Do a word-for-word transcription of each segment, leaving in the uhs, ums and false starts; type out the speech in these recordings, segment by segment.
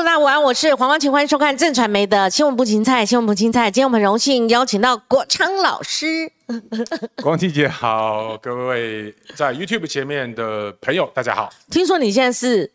大家午安，我是黄光芹，欢迎收看正传媒的新闻不芹菜，新闻不芹菜。今天我们很荣幸邀请到国昌老师。 光芹姐好，各位在 YouTube 前面的朋友，大家好。 听说你现在是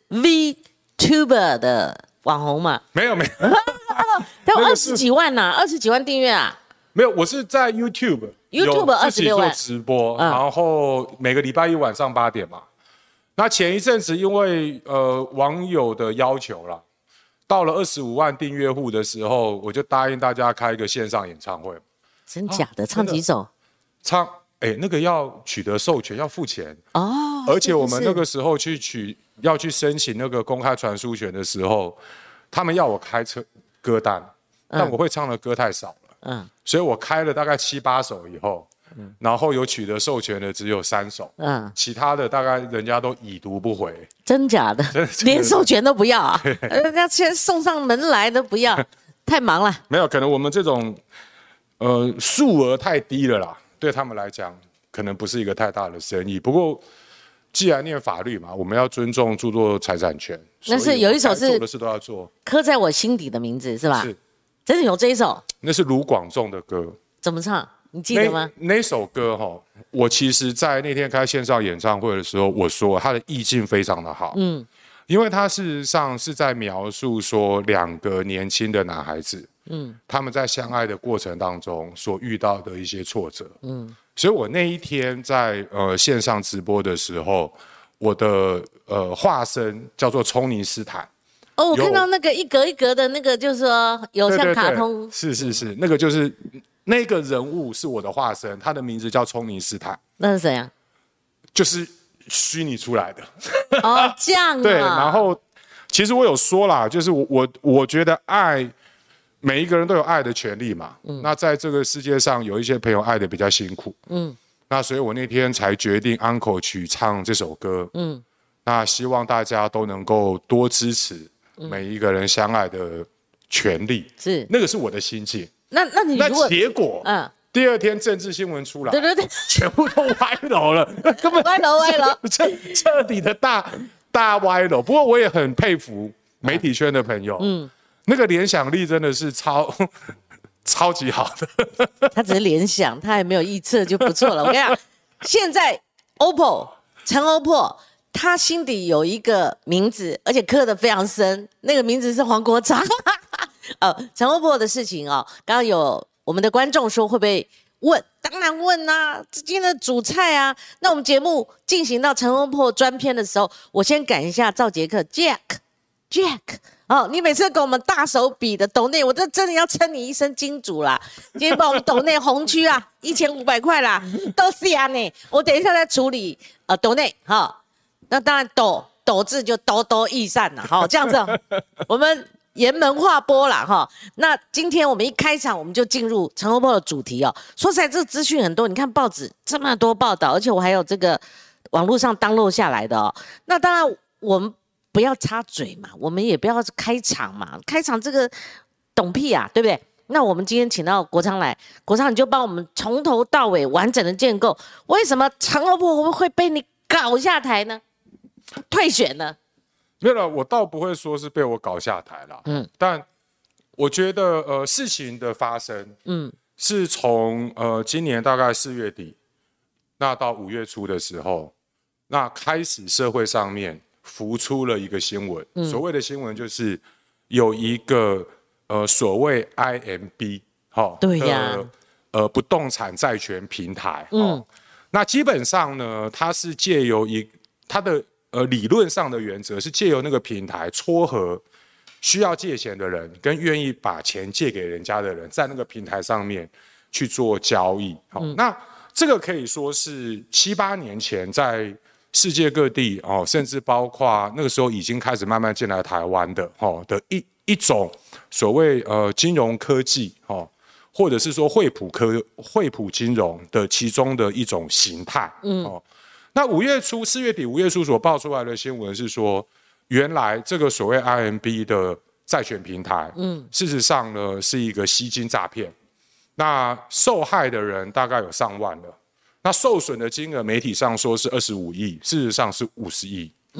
VTuber 的网红嘛？ 没有没有， 他有二十几万呐、啊，二十几万订阅啊。 没有，我是在 YouTube YouTube 二十六万做直播， 嗯、 然后每个礼拜一晚上八点嘛。那前一阵子因为呃网友的要求啦，到了二十五万订阅户的时候，我就答应大家开一个线上演唱会。 真假的？啊、唱几首？ 唱，哎，那个要取得授权，要付钱哦。 而且我们那个时候去取要去申请那个公开传输权的时候，他们要我开车歌单，但我会唱的歌太少了，嗯，所以我开了大概七八首以后。嗯、然后有取得授权的只有三首，嗯，其他的大概人家都已读不回。 真假的？连授权都不要啊？人家先送上门来都不要，太忙了。 没有，可能我们这种呃数额太低了啦，对他们来讲可能不是一个太大的生意。不过既然念法律嘛，我们要尊重著作财产权。 那是有一首是做的事都要做， 刻在我心底的名字是吧？ 是， 真的有这一首？ 那是卢广仲的歌。 怎么唱？你记得吗？ 那, 那首歌哈，我其实，在那天开线上演唱会的时候，我说它的意境非常的好，嗯，因为它事实上是在描述说两个年轻的男孩子，嗯，他们在相爱的过程当中所遇到的一些挫折，嗯，所以我那一天在呃线上直播的时候，我的呃化身叫做冲尼斯坦。 哦，我看到那个一格一格的那个，就是说有像卡通， 对对对是是是，那个就是。那个人物是我的化身，他的名字叫冲尼斯坦。 那是怎样？ 就是虚拟出来的。 哦，这样啊。 对，然后其实我有说啦，就是我我我觉得爱，每一个人都有爱的权利嘛。嗯。那在这个世界上，有一些朋友爱的比较辛苦。嗯。那所以我那天才决定 Uncle 去唱这首歌。嗯。那希望大家都能够多支持每一个人相爱的权利。是。那个是我的心境。 那那你如果那结果，嗯，第二天政治新闻出来， 对对对， 全部都歪楼了，根本歪楼歪楼， 彻彻底的大大歪楼。不过我也很佩服媒体圈的朋友，嗯，那个联想力真的是超超级好的。 他只是联想，他还没有预测就不错了。我跟你讲，现在 O P P O 陈欧珀，他心底有一个名字，而且刻得非常深，那个名字是黄国昌。呃，陈欧珀的事情哦，刚刚有我们的观众说会不会问？当然问啊，今天的主菜啊。那我们节目进行到陈欧珀专篇的时候，我先赶一下赵杰克 Jack Jack 哦，你每次跟我们大手笔的抖内，我这真的要称你一声金主啦。今天帮我们抖内红区啊，一千五百块啦，都是啊呢。我等一下再处理呃抖内哈，那当然抖抖字就抖抖益善了，好、哦、这样子、哦，我们。沿门划拨啦哈，那今天我们一开场我们就进入陈欧珀的主题哦。说实在，这个资讯很多，你看报纸这么多报道，而且我还有这个网络上download下来的哦。那当然我们不要插嘴嘛，我们也不要开场嘛，开场这个懂屁啊，对不对？那我们今天请到国昌来，国昌你就帮我们从头到尾完整的建构，为什么陈欧珀会被你搞下台呢？退选呢？ 没有了，我倒不会说是被我搞下台了，嗯，但我觉得呃事情的发生，嗯，是从呃今年大概四月底，那到五月初的时候，那开始社会上面浮出了一个新闻，嗯、所谓的新闻就是有一个呃所谓 I M B 哈、哦， 对呀， 呃不动产债权平台，嗯、哦，那基本上呢，它是借由一它的。呃，理论上的原则是借由那个平台撮合需要借钱的人跟愿意把钱借给人家的人，在那个平台上面去做交易。好、嗯，那这个可以说是七八年前在世界各地哦，甚至包括那个时候已经开始慢慢进来台湾的哦的一一种所谓呃金融科技哦，或者是说惠普科惠普金融的其中的一种形态。嗯。哦那五月初、四月底、五月初所爆出来的新闻是说，原来这个所谓 I M B 的债权平台，嗯，事实上呢是一个吸金诈骗。那受害的人大概有上万了，那受损的金额媒体上说是二十五亿，事实上是五十亿。嗯，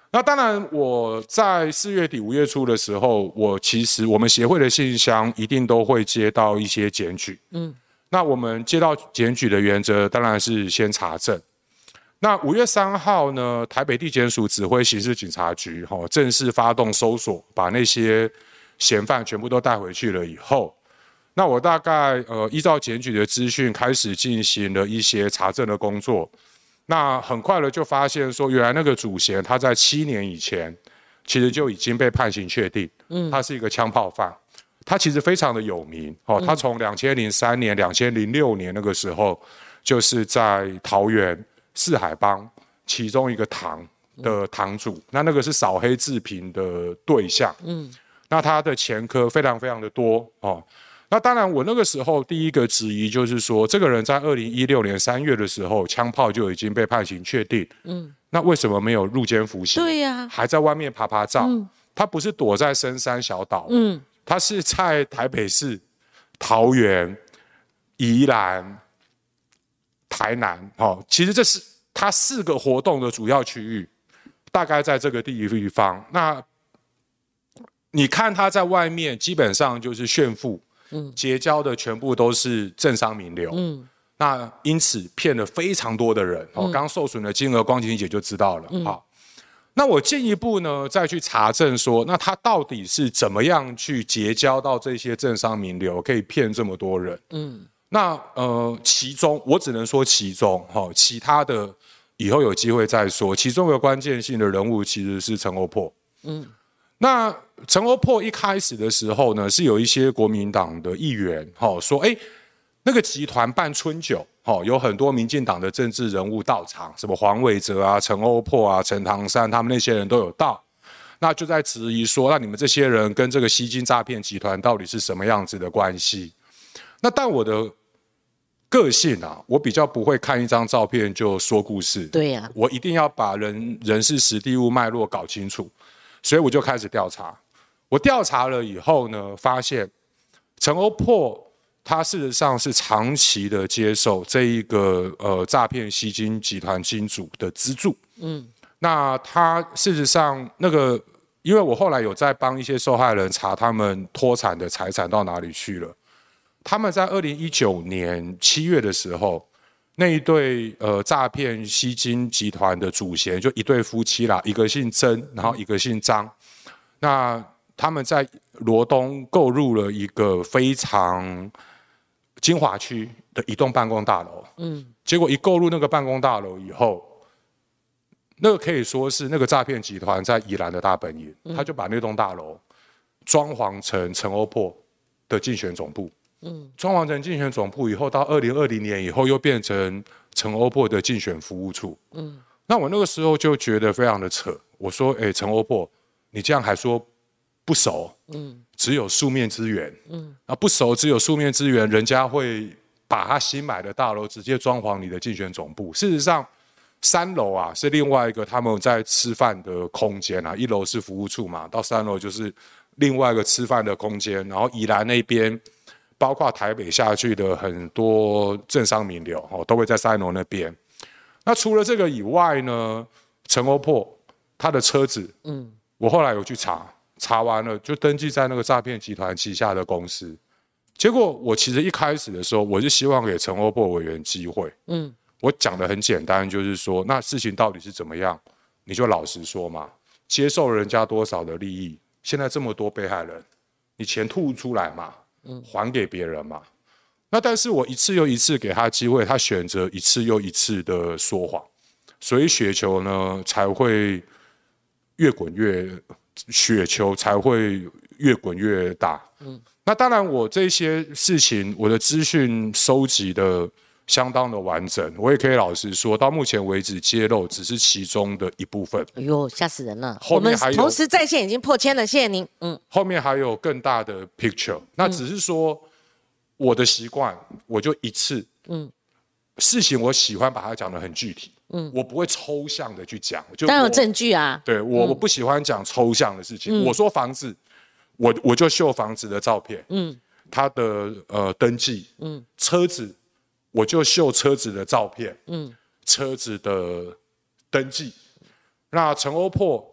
那当然，我在四月底五月初的时候，我其实我们协会的信箱一定都会接到一些检举。嗯，那我们接到检举的原则当然是先查证。那五月三号呢，台北地检署指挥刑事警察局哈、哦、正式发动搜索，把那些嫌犯全部都带回去了以后，那我大概呃依照检举的资讯开始进行了一些查证的工作。那很快的就发现说，原来那个主嫌他在七年以前，其实就已经被判刑确定，嗯，他是一个枪炮犯，他其实非常的有名哦，他从两千零三年、两千零六年那个时候，就是在桃园四海帮其中一个堂的堂主，那那个是扫黑治平的对象，嗯，那他的前科非常非常的多哦。那当然，我那个时候第一个质疑就是说，这个人在二零一六年三月的时候，枪炮就已经被判刑确定。嗯，那为什么没有入监服刑？ 对呀、啊， 还在外面爬爬照。嗯，他不是躲在深山小岛，嗯，他是在台北市、桃园、宜兰、台南。哦，其实这是他四个活动的主要区域，大概在这个地方。那你看他在外面，基本上就是炫富。嗯，结交的全部都是政商名流，嗯，那因此骗了非常多的人，哦，刚受损的金额，光晴姐就知道了，嗯，好，那我进一步呢再去查证说，那他到底是怎么样去结交到这些政商名流，可以骗这么多人，嗯，那呃，其中我只能说其中，哈，其他的以后有机会再说，其中有关键性的人物其实是陈欧珀，嗯。那陈欧珀一开始的时候呢，是有一些国民党的议员，哦，说，哎，那个集团办春酒，哦，有很多民进党的政治人物到场，什么黄伟哲啊、陈欧珀啊、陈唐山，他们那些人都有到，那就在质疑说，那你们这些人跟这个吸金诈骗集团到底是什么样子的关系？那但我的个性啊，我比较不会看一张照片就说故事， 对呀、啊， 我一定要把人人事实地物脉络搞清楚。所以我就开始调查，我调查了以后呢，发现陈欧珀他事实上是长期的接受这一个呃诈骗吸金集团金主的资助。嗯，那他事实上那个，因为我后来有在帮一些受害人查他们脱产的财产到哪里去了，他们在二零一九年七月的时候。那一对呃诈骗吸金集团的主嫌就一对夫妻啦，一个姓曾，然后一个姓张。那他们在罗东购入了一个非常精华区的一栋办公大楼。嗯，结果一购入那个办公大楼以后，那个可以说是那个诈骗集团在宜兰的大本营，嗯、他就把那栋大楼装潢成陈欧珀的竞选总部。嗯，装潢成竞选总部以后，到二零二零年以后又变成陈欧珀的竞选服务处。嗯，那我那个时候就觉得非常的扯。我说：“哎、欸，陈欧珀，你这样还说不熟？嗯，只有书面资源。嗯，啊，不熟只有书面资源，人家会把他新买的大楼直接装潢你的竞选总部。事实上，三楼啊是另外一个他们在吃饭的空间啊，一楼是服务处嘛，到三楼就是另外一个吃饭的空间。然后宜兰那边。”包括台北下去的很多政商名流，哦，都会在三楼那边。那除了这个以外呢，陈欧珀他的车子，嗯，我后来有去查，查完了就登记在那个诈骗集团旗下的公司。结果我其实一开始的时候，我是希望给陈欧珀委员机会，嗯，我讲的很简单，就是说，那事情到底是怎么样，你就老实说嘛，接受人家多少的利益，现在这么多被害人，你钱吐出来嘛。还给别人嘛？那但是我一次又一次给他机会，他选择一次又一次的说谎，所以雪球呢才会越滚越，雪球才会越滚越大。嗯，那当然我这些事情，我的资讯收集的相当的完整，我也可以老实说，到目前为止揭露只是其中的一部分。 哎呦，吓死人了！ 后面还有我们同时在线已经破千了，谢谢您。嗯， 后面还有更大的 picture， 那只是说我的习惯，我就一次，嗯，事情我喜欢把它讲得很具体，嗯，我不会抽象的去讲，就当然有证据啊。 对我，嗯、我不喜欢讲抽象的事情。嗯、我说房子，我我就秀房子的照片，嗯，它的呃登记，嗯，车子。我就秀车子的照片，嗯，车子的登记。那陈欧珀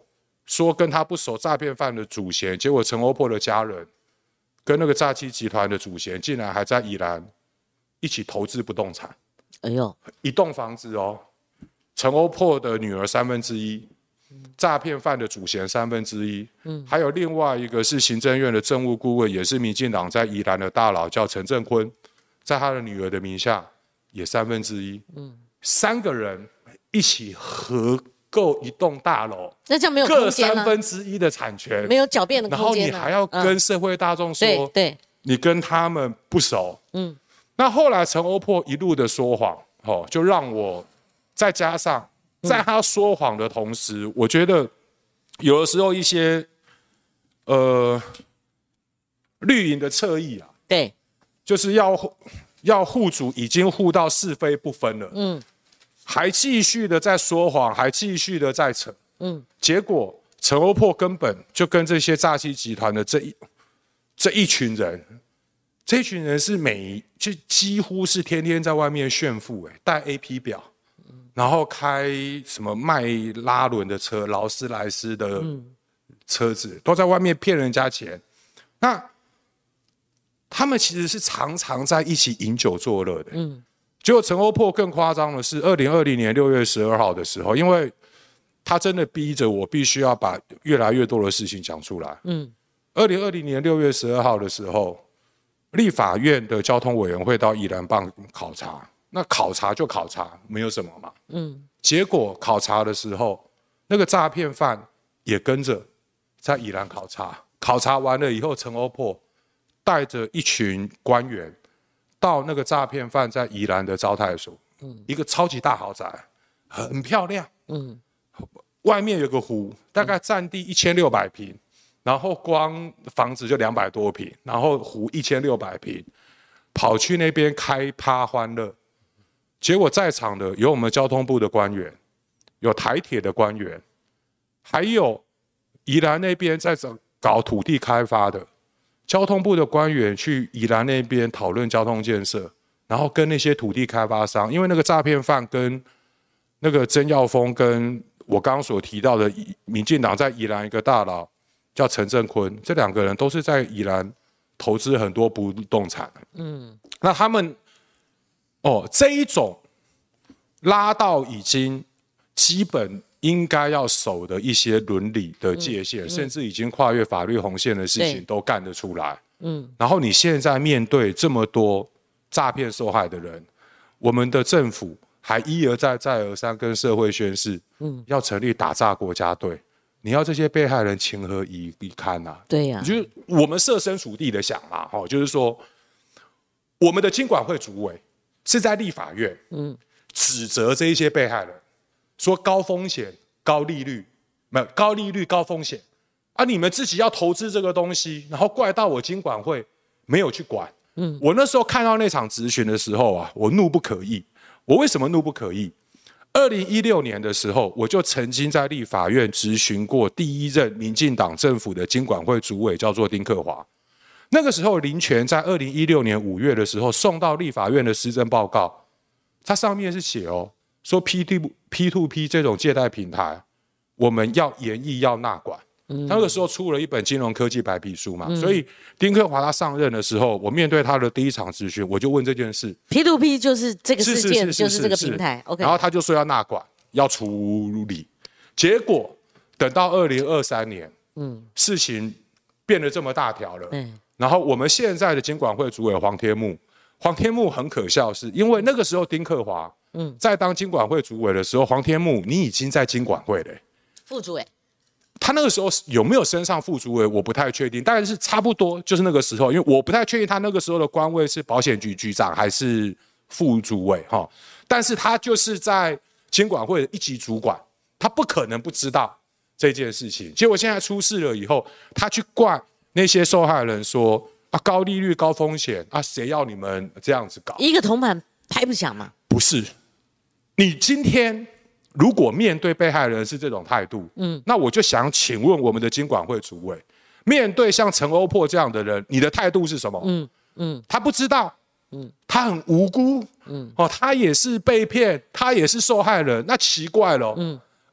说跟他不熟诈骗犯的主嫌，结果陈欧珀的家人跟那个诈欺集团的主嫌竟然还在宜兰一起投资不动产。 哎呦， 一栋房子哦，陈欧珀的女儿三分之一，诈骗犯的主嫌三分之一，嗯，还有另外一个是行政院的政务顾问，也是民进党在宜兰的大佬，叫陈正坤，在他的女儿的名下也三分之一，嗯，三个人一起合购一栋大楼， 那这样没有各空间啊三分之一的产权， 没有狡辩的然后空间啊。 你还要跟社会大众说， 对对， 你跟他们不熟， 嗯， 那后来陈欧珀一路的说谎，哦，就让我再加上在他说谎的同时，我觉得有的时候一些呃绿营的侧翼啊， 对， 就是要要护主已经护到是非不分了，嗯，还继续的在说谎，还继续的在扯，嗯，结果陈欧珀根本就跟这些诈欺集团的这一这一群人。这群人是每就几乎是天天在外面炫富，哎，带 A P 表，然后开什么迈拉伦的车、劳斯莱斯的车子，都在外面骗人家钱。那他们其实是常常在一起饮酒作乐的。嗯，结果陈欧珀更夸张的是，二零二零年六月十二号的时候，因为他真的逼着我必须要把越来越多的事情讲出来。嗯，二零二零年六月十二号的时候。立法院的交通委员会到宜兰办考察，那考察就考察，没有什么嘛。嗯，结果考察的时候，那个诈骗犯也跟着在宜兰考察。考察完了以后，陈欧珀带着一群官员到那个诈骗犯在宜兰的招待所，嗯，一个超级大豪宅，很漂亮。嗯，外面有个湖，大概占地一千六百平。然后光房子就两百多坪，然后湖一千六百坪，跑去那边开趴欢乐，结果在场的有我们交通部的官员，有台铁的官员，还有宜兰那边在搞土地开发的交通部的官员去宜兰那边讨论交通建设，然后跟那些土地开发商，因为那个诈骗犯跟那个曾耀峰跟我刚刚所提到的民进党在宜兰一个大佬。叫陈正坤，这两个人都是在宜兰投资很多不动产。嗯，那他们哦这一种拉到已经基本应该要守的一些伦理的界限，嗯嗯、甚至已经跨越法律红线的事情都干得出来。嗯，然后你现在面对这么多诈骗受害的人，我们的政府还一而再再而三跟社会宣示，嗯，要成立打诈国家队。你要这些被害人情何以堪啊？ 对呀、啊， 就是我们设身处地的想嘛，哈，就是说，我们的金管会主委是在立法院，嗯，指责这一些被害人，说高风险、高利率，没有高利率、高风险啊，你们自己要投资这个东西，然后怪到我金管会没有去管。嗯，我那时候看到那场质询的时候啊，我怒不可遏。我为什么怒不可遏？二零一六年的时候，我就曾经在立法院质询过第一任民进党政府的金管会主委，叫做丁克华。那个时候，林权在二零一六年五月的时候送到立法院的施政报告，它上面是写哦，说 P to P 这种借贷平台，我们要严议要纳管。嗯、他那个时候出了一本金融科技白皮书嘛，嗯、所以丁克华他上任的时候，我面对他的第一场质询，我就问这件事 ，P to P 就是这个事件，就是这个平台 ，OK， 然后他就说要纳管，要处理，结果等到二零二三年，嗯，事情变得这么大条了，嗯，然后我们现在的金管会主委黄天牧，黄天牧很可笑是，因为那个时候丁克华，嗯，在当金管会主委的时候，黄天牧你已经在金管会了、欸， 副主委。 他那个时候有没有升上副主委，我不太确定，但是差不多就是那个时候，因为我不太确定他那个时候的官位是保险局局长还是副主委哈，但是他就是在金管会的一级主管，他不可能不知道这件事情。结果现在出事了以后，他去怪那些受害人说啊高利率高风险啊，谁要你们这样子搞？ 一个铜板拍不响吗？ 不是，你今天。如果面对被害人是这种态度，嗯，那我就想请问我们的金管会主委，面对像陈欧珀这样的人，你的态度是什么？嗯嗯，他不知道，嗯，他很无辜，嗯，哦，他也是被骗，他也是受害人，那奇怪了，嗯，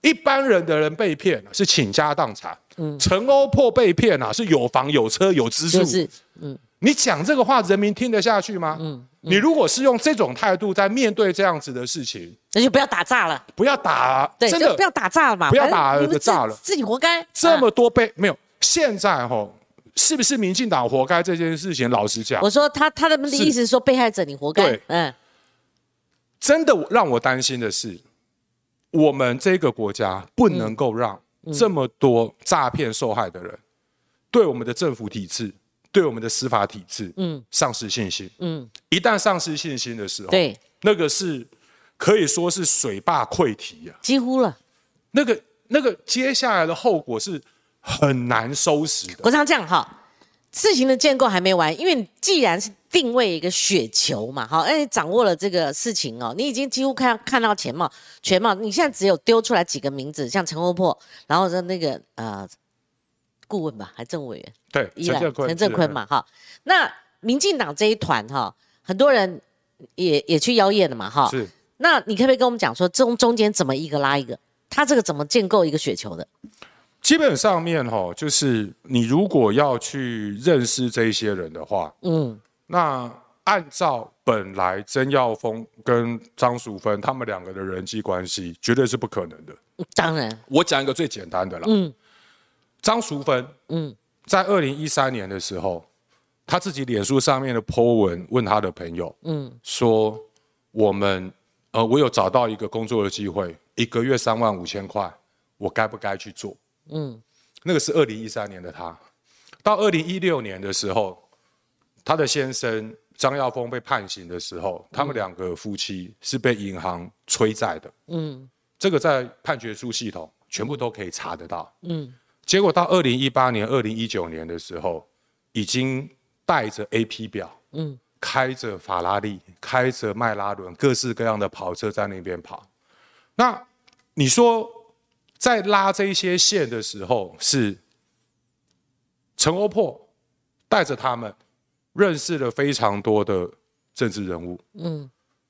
一般人的人被骗是倾家荡产，嗯，陈欧珀被骗啊是有房有车有支柱，就是，嗯，你讲这个话，人民听得下去吗？嗯，嗯你如果是用这种态度在面对这样子的事情， 那就不要打炸了， 不要打， 对，真的不要打炸了嘛， 不要打个炸了， 自, 自己活该。 这么多被、啊、没有，现在哈。是不是民进党活该这件事情？老实讲， 我说他他的意思是说被害者你活该。 对，嗯，真的让我担心的是，我们这个国家不能够让这么多诈骗受害的人对我们的政府体制、对我们的司法体制，嗯，丧失信心。嗯，一旦丧失信心的时候， 对， 那个是可以说是水坝溃堤啊， 几乎了。 那个那个接下来的后果是。很难收拾的。 国昌这样哈，事情的建构还没完，因为既然是定位一个雪球嘛，好，而且掌握了这个事情哦，你已经几乎看看到全貌，全貌。你现在只有丢出来几个名字，像陈欧珀，然后是那个呃顾问吧，还政务委员， 对，陈正坤， 陈正坤嘛，哈。那民进党这一团哈，很多人也也去邀宴了嘛，哈。 是。 那你可不可以跟我们讲说，中中间怎么一个拉一个？他这个怎么建构一个雪球的？ 基本上面哈，就是你如果要去认识这一些人的话，嗯，那按照本来曾耀峰跟张淑芬他们两个的人际关系，绝对是不可能的。 当然， 我讲一个最简单的啦，嗯，张淑芬，嗯，在二零一三年的时候，他自己脸书上面的 po 文问他的朋友，嗯，说我们呃，我有找到一个工作的机会，一个月三万五千块，我该不该去做？嗯，那个是二零一三年的他，到二零一六年的时候，他的先生张耀峰被判刑的时候，他们两个夫妻是被银行催债的。嗯，这个在判决书系统全部都可以查得到。嗯，结果到二零一八年、二零一九年的时候，已经带着 A P 表，嗯，开着法拉利、开着迈拉伦，各式各样的跑车在那边跑。那你说？在拉这些线的时候，是陈欧珀带着他们认识了非常多的政治人物。嗯，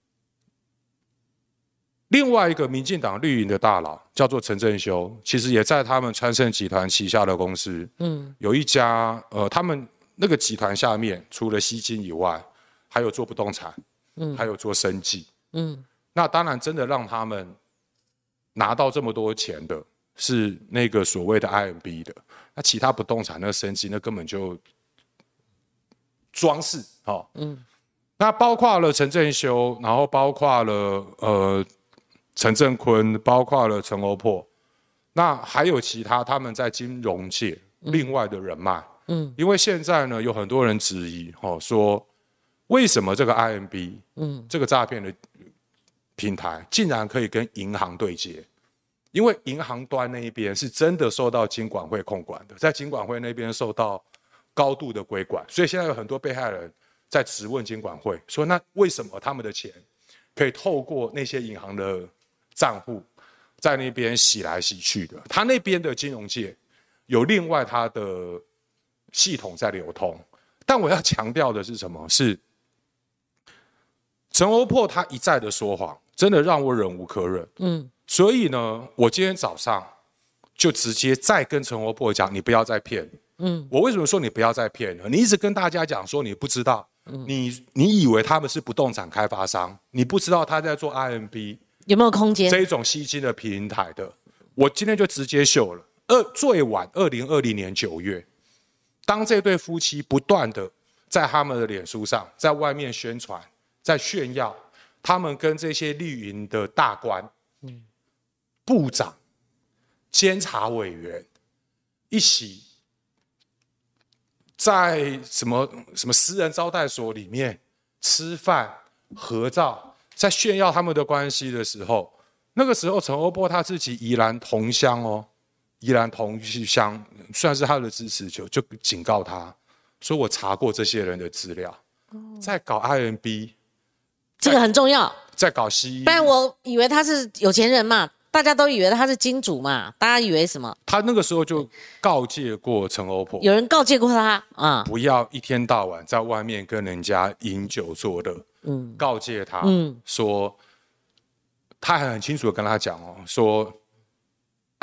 另外一个民进党绿营的大佬叫做陈正修，其实也在他们川盛集团旗下的公司，嗯，有一家呃，他们那个集团下面除了吸金以外，还有做不动产，嗯，还有做生技，嗯，那当然真的让他们。拿到这么多钱的是那个所谓的 I M B 的，那其他不动产那生机那根本就装饰，哦，嗯，那包括了陈正修，然后包括了呃陈正坤，包括了陈欧珀，那还有其他他们在金融界另外的人脉，嗯，因为现在呢有很多人质疑，哦，说为什么这个 I M B， 嗯，这个诈骗的。平台竟然可以跟银行对接，因为银行端那一边是真的受到金管会控管的，在金管会那边受到高度的规管，所以现在有很多被害人在质问金管会，说那为什么他们的钱可以透过那些银行的账户在那边洗来洗去的？他那边的金融界有另外他的系统在流通，但我要强调的是什么？是陈欧珀他一再的说谎。真的让我忍无可忍，嗯，所以呢，我今天早上就直接再跟陈欧珀讲，你不要再骗，嗯，我为什么说你不要再骗呢？你一直跟大家讲说你不知道，嗯，你你以为他们是不动产开发商，你不知道他在做 I M B 有没有空间这一种吸金的平台的，我今天就直接秀了，二最晚二零二零年九月，当这对夫妻不断的在他们的脸书上，在外面宣传，在炫耀。他们跟这些绿营的大官、嗯、部长、监察委员一起在什么什么私人招待所里面吃饭、合照，在炫耀他们的关系的时候，那个时候陈欧珀他自己宜兰同乡哦，宜兰同乡算是他的支持者，就警告他说：“我查过这些人的资料，哦、在搞 I M B。” 这个很重要， 在搞西医， 不然我以为他是有钱人嘛，大家都以为他是金主嘛，大家以为什么？ 他那个时候就告诫过陈欧珀， 有人告诫过他啊， 不要一天到晚在外面跟人家饮酒作乐，嗯，告诫他，嗯，说他还很清楚的跟他讲哦，说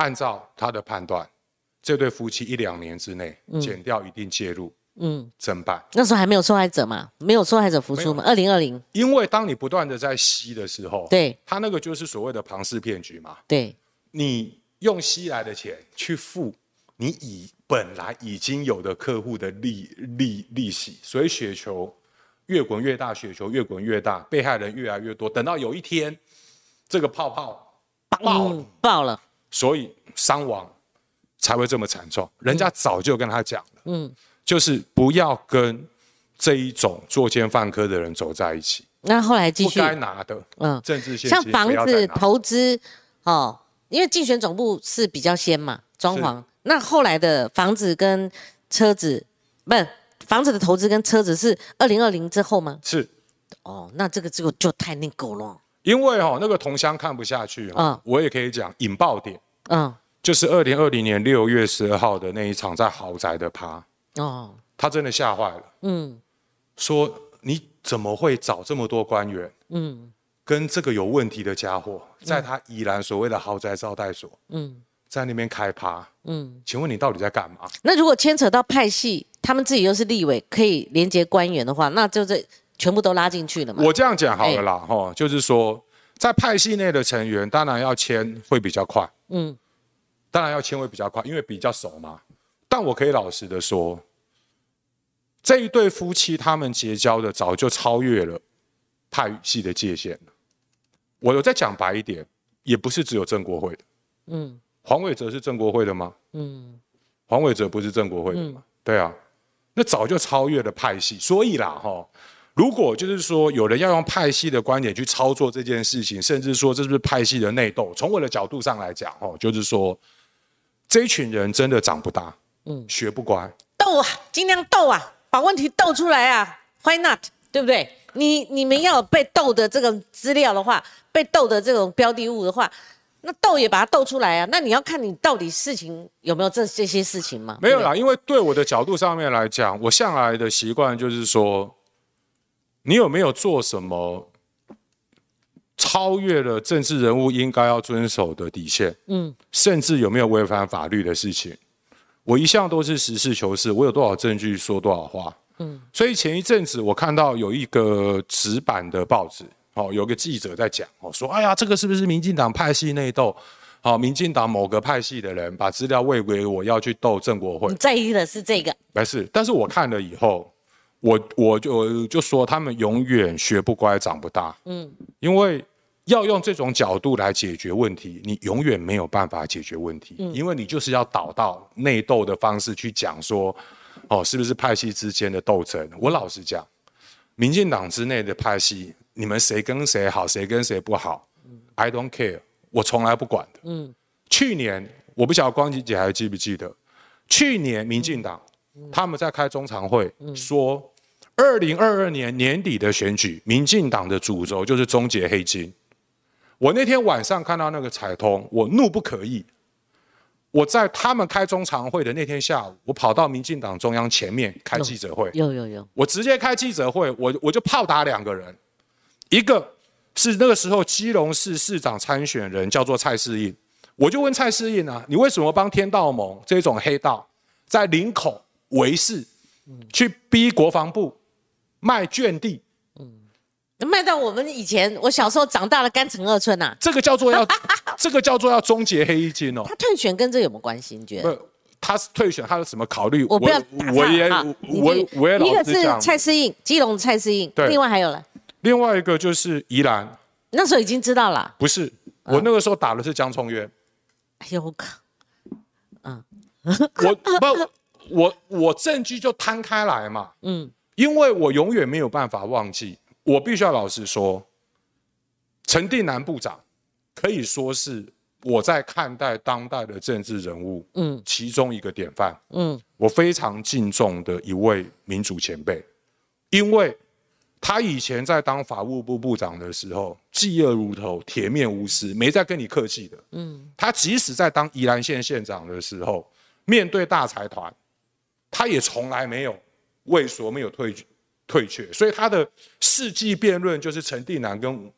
按照他的判断，这对夫妻一两年之内，检调一定介入，嗯，侦办。 那时候还没有受害者嘛，没有受害者浮出嘛，二零二零。 因为当你不断的在吸的时候， 对， 他那个就是所谓的庞氏骗局嘛。 对， 你用吸来的钱去付你以本来已经有的客户的利利利息，所以雪球越滚越大，雪球越滚越大，被害人越来越多，等到有一天这个泡泡爆了， 嗯、爆了， 所以伤亡才会这么惨重。人家早就跟他讲了，嗯，就是不要跟这一种作奸犯科的人走在一起。 那后来继续不该拿的，嗯，政治现金像房子投资哦，因为竞选总部是比较先嘛，装潢。那后来的房子跟车子，不是房子的投资跟车子是二零二零之后吗？ 是。 哦，那这个这个就太那个了。 因为哦，那个同乡看不下去，嗯，我也可以讲引爆点，嗯，就是二零二零年六月十二号的那一场在豪宅的趴，哦，他真的吓坏了，嗯，说你怎么会找这么多官员，嗯，跟这个有问题的家伙，在他宜兰所谓的豪宅招待所，嗯，在那边开趴，嗯，请问你到底在干嘛？ 那如果牵扯到派系，他们自己又是立委，可以连接官员的话，那就这。全部都拉进去了嘛？ 我这样讲好了啦，哈、欸，就是说，在派系内的成员，当然要签会比较快，嗯，当然要签会比较快，因为比较熟嘛。但我可以老实的说，这一对夫妻他们结交的早就超越了派系的界限了。我有再讲白一点，也不是只有郑国会的，嗯，黄伟哲是郑国会的吗？嗯，黄伟哲不是郑国会的吗？嗯、对啊，那早就超越了派系，所以啦，哈。如果就是说有人要用派系的观点去操作这件事情，甚至说这是不是派系的内斗，从我的角度上来讲，哦，就是说这一群人真的长不大，嗯，学不乖， 斗啊，尽量斗啊，把问题斗出来啊 ，Why not？ 对不对？你你们要有被斗的这个资料的话，被斗的这种标的物的话，那斗也把它斗出来啊。那你要看你到底事情有没有这这些事情吗？ 没有啦，因为对我的角度上面来讲，我向来的习惯就是说。你有没有做什么超越了政治人物应该要遵守的底线？嗯，甚至有没有违反法律的事情？我一向都是实事求是，我有多少证据说多少话。嗯，所以前一阵子我看到有一个纸版的报纸，哦，有个记者在讲，哦，说，哎呀，这个是不是民进党派系内斗？好，民进党某个派系的人把资料喂给我，要去斗郑国会。 你在意的是这个？ 没事，但是我看了以后。我我就就说他们永远学不乖长不大，嗯，因为要用这种角度来解决问题，你永远没有办法解决问题，嗯，因为你就是要导到内斗的方式去讲说，哦，是不是派系之间的斗争？我老实讲，民进党之内的派系，你们谁跟谁好，谁跟谁不好，嗯 ，I don't care， 我从来不管的，嗯，去年我不晓得光吉姐还记不记得，去年民进党。嗯、他们在开中常会，嗯、说二零二二年年底的选举，民进党的主轴就是终结黑金。我那天晚上看到那个彩通，我怒不可遏。我在他们开中常会的那天下午，我跑到民进党中央前面开记者会， 有有有， 我直接开记者会，我我就炮打两个人，一个是那个时候基隆市市长参选人叫做蔡适应，我就问蔡适应啊，你为什么帮天道盟这种黑道在林口？围事，去逼国防部卖圈地，嗯， 卖到我们以前我小时候长大的甘城二村呐、啊， 这个叫做要，这个叫做要终结黑金哦。 他退选跟这有没有关系？你觉得？ 不，他是退选，他有什么考虑？ 我不要打我也我我也老一个是蔡适应，基隆的蔡适应，另外还有了， 另外一个就是宜兰， 那时候已经知道了。 不是，我那个时候打的是江聪渊。 哎呦，嗯， 我不。我我证据就摊开来嘛，嗯，因为我永远没有办法忘记，我必须要老实说，陈定南部长可以说是我在看待当代的政治人物，嗯，其中一个典范，嗯，我非常敬重的一位民主前辈，因为他以前在当法务部部长的时候，嫉恶如仇，铁面无私，没在跟你客气的，嗯，他即使在当宜兰县县长的时候，面对大财团。他也从来没有畏缩，没有退退却，所以他的世纪辩论就是陈定南跟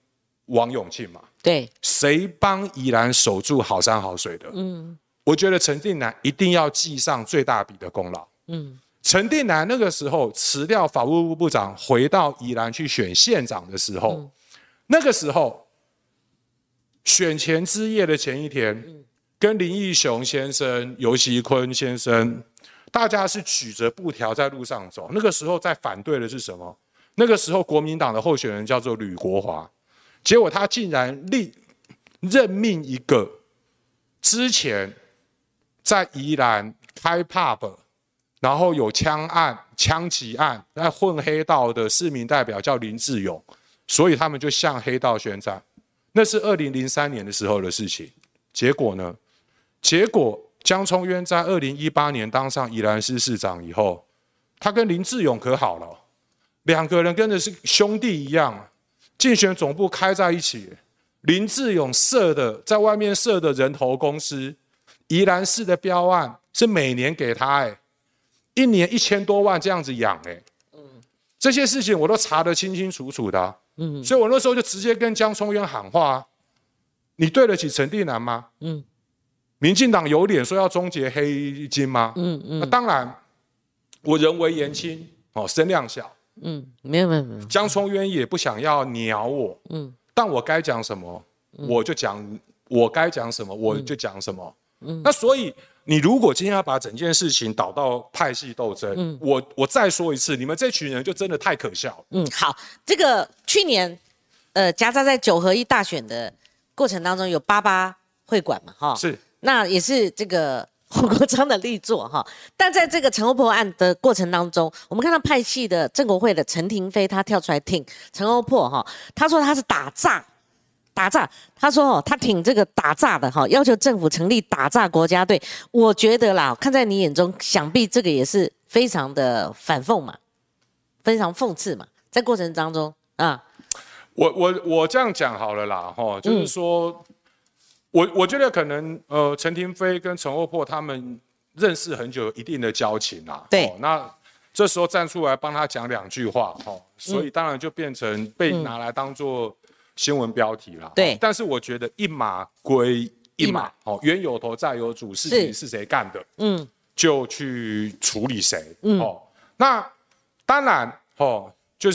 王永庆嘛。 对， 谁帮宜兰守住好山好水的？嗯，我觉得陈定南一定要记上最大笔的功劳。嗯，陈定南那个时候辞掉法务部部长，回到宜兰去选县长的时候，嗯、那个时候选前之夜的前一天，嗯、跟林义雄先生、游锡堃先生，大家是举着布条在路上走。那个时候在反对的是什么？那个时候国民党的候选人叫做吕国华。结果他竟然立任命一个之前在宜兰开 pub， 然后有枪案、枪击案在混黑道的市民代表叫林志勇，所以他们就向黑道宣战。那是二零零三年的时候的事情。结果呢？结果江聪渊在二零一八年当上宜兰市市长以后，他跟林志勇可好了，两个人跟的是兄弟一样。竞选总部开在一起，林志勇设的在外面设的人头公司，宜兰市的标案是每年给他哎、欸，一年一千多万这样子养哎、欸，嗯，这些事情我都查得清清楚楚的、啊，嗯，所以我那时候就直接跟江聪渊喊话、啊，你对得起陈定南吗？嗯，民进党有脸说要终结黑金吗？嗯嗯，那当然，我人为言轻哦，声量小。 嗯，没有没有没有， 江聪渊也不想要鸟我，嗯，但我该讲什么，嗯、我就讲，我该讲什么，我就讲什么，嗯，那所以你如果今天要把整件事情导到派系斗争，嗯，我我再说一次，你们这群人就真的太可笑。 嗯，好，这个去年，呃，夹杂在九合一大选的过程当中，有八八会馆嘛，哈， 是， 那也是这个。黄国昌的力作哈，但在这个陈欧珀案的过程当中，我们看到派系的郑国会的陈亭妃，他跳出来挺陈欧珀哈，他说他是打诈，打诈，他说哦，他挺这个打诈的哈，要求政府成立打诈国家队。我觉得啦，看在你眼中，想必这个也是非常的反讽嘛，非常讽刺嘛，在过程当中啊， 我我我这样讲好了啦哈，就是说。嗯我我觉得可能呃，陈亭妃跟陈欧珀他们认识很久，有一定的交情啦。 对、 哦，那这时候站出来帮他讲两句话，哈、哦，所以当然就变成被拿来当做新闻标题啦。 对、嗯， 但是我觉得一码归一码，哦，冤有头债有主，事情是谁干的，嗯，就去处理谁。嗯，哦，那当然，哦，就是。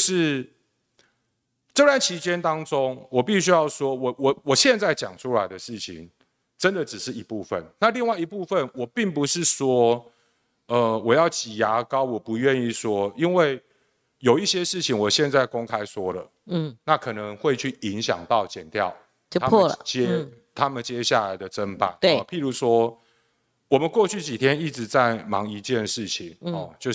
这段期间当中，我必须要说，我我我现在讲出来的事情，真的只是一部分。那另外一部分，我并不是说，呃，我要挤牙膏，我不愿意说，因为有一些事情我现在公开说了，嗯，那可能会去影响到检调， 就破了， 他们接、嗯、他们接下来的侦办。 对、 呃，譬如说，我们过去几天一直在忙一件事情，哦、嗯呃，就是，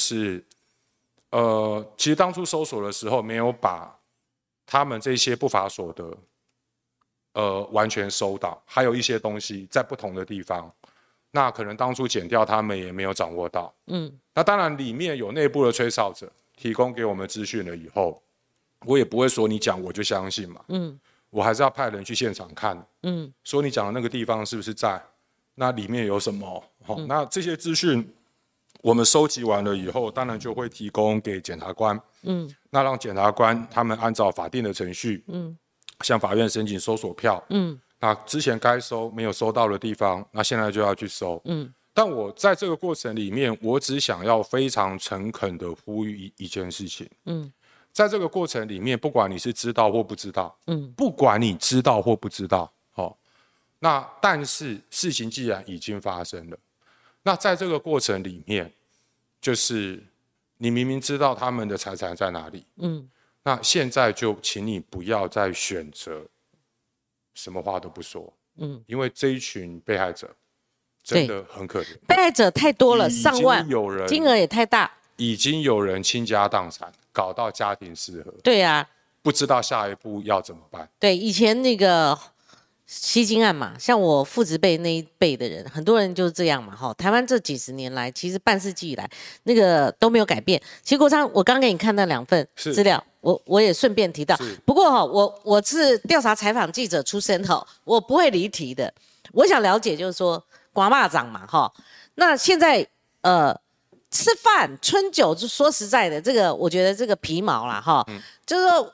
呃，其实当初搜索的时候没有把。他们这些不法所得，呃，完全收到，还有一些东西在不同的地方，那可能当初检调他们也没有掌握到。嗯，那当然里面有内部的吹哨者提供给我们资讯了以后，我也不会说你讲我就相信嘛。嗯，我还是要派人去现场看。嗯，说你讲的那个地方是不是在？那里面有什么？好、嗯，那这些资讯我们收集完了以后，当然就会提供给检察官。嗯，那让检察官他们按照法定的程序，嗯，向法院申请搜索票，嗯，那之前该收没有收到的地方，那现在就要去收，嗯。但我在这个过程里面，我只想要非常诚恳的呼吁一一件事情，嗯，在这个过程里面，不管你是知道或不知道，嗯，不管你知道或不知道，好，那但是事情既然已经发生了，那在这个过程里面，就是。你明明知道他们的财产在哪里，嗯，那现在就请你不要再选择什么话都不说，嗯，因为这一群被害者真的很可怜， 被害者太多了，上万， 有人金额也太大， 已经有人倾家荡产，搞到家庭失和， 对啊， 不知道下一步要怎么办。 对，以前那个。吸金案嘛，像我父执辈那一辈的人，很多人就是这样嘛，哈。台湾这几十年来，其实半世纪以来，那个都没有改变。其实国昌，我刚给你看那两份资料，我我也顺便提到。不过哈，我我是调查采访记者出身哈，我不会离题的。我想了解就是说，刮蚂蚱嘛，哈。那现在呃，吃饭春酒，就说实在的，这个我觉得这个皮毛啦，哈，嗯、就是说。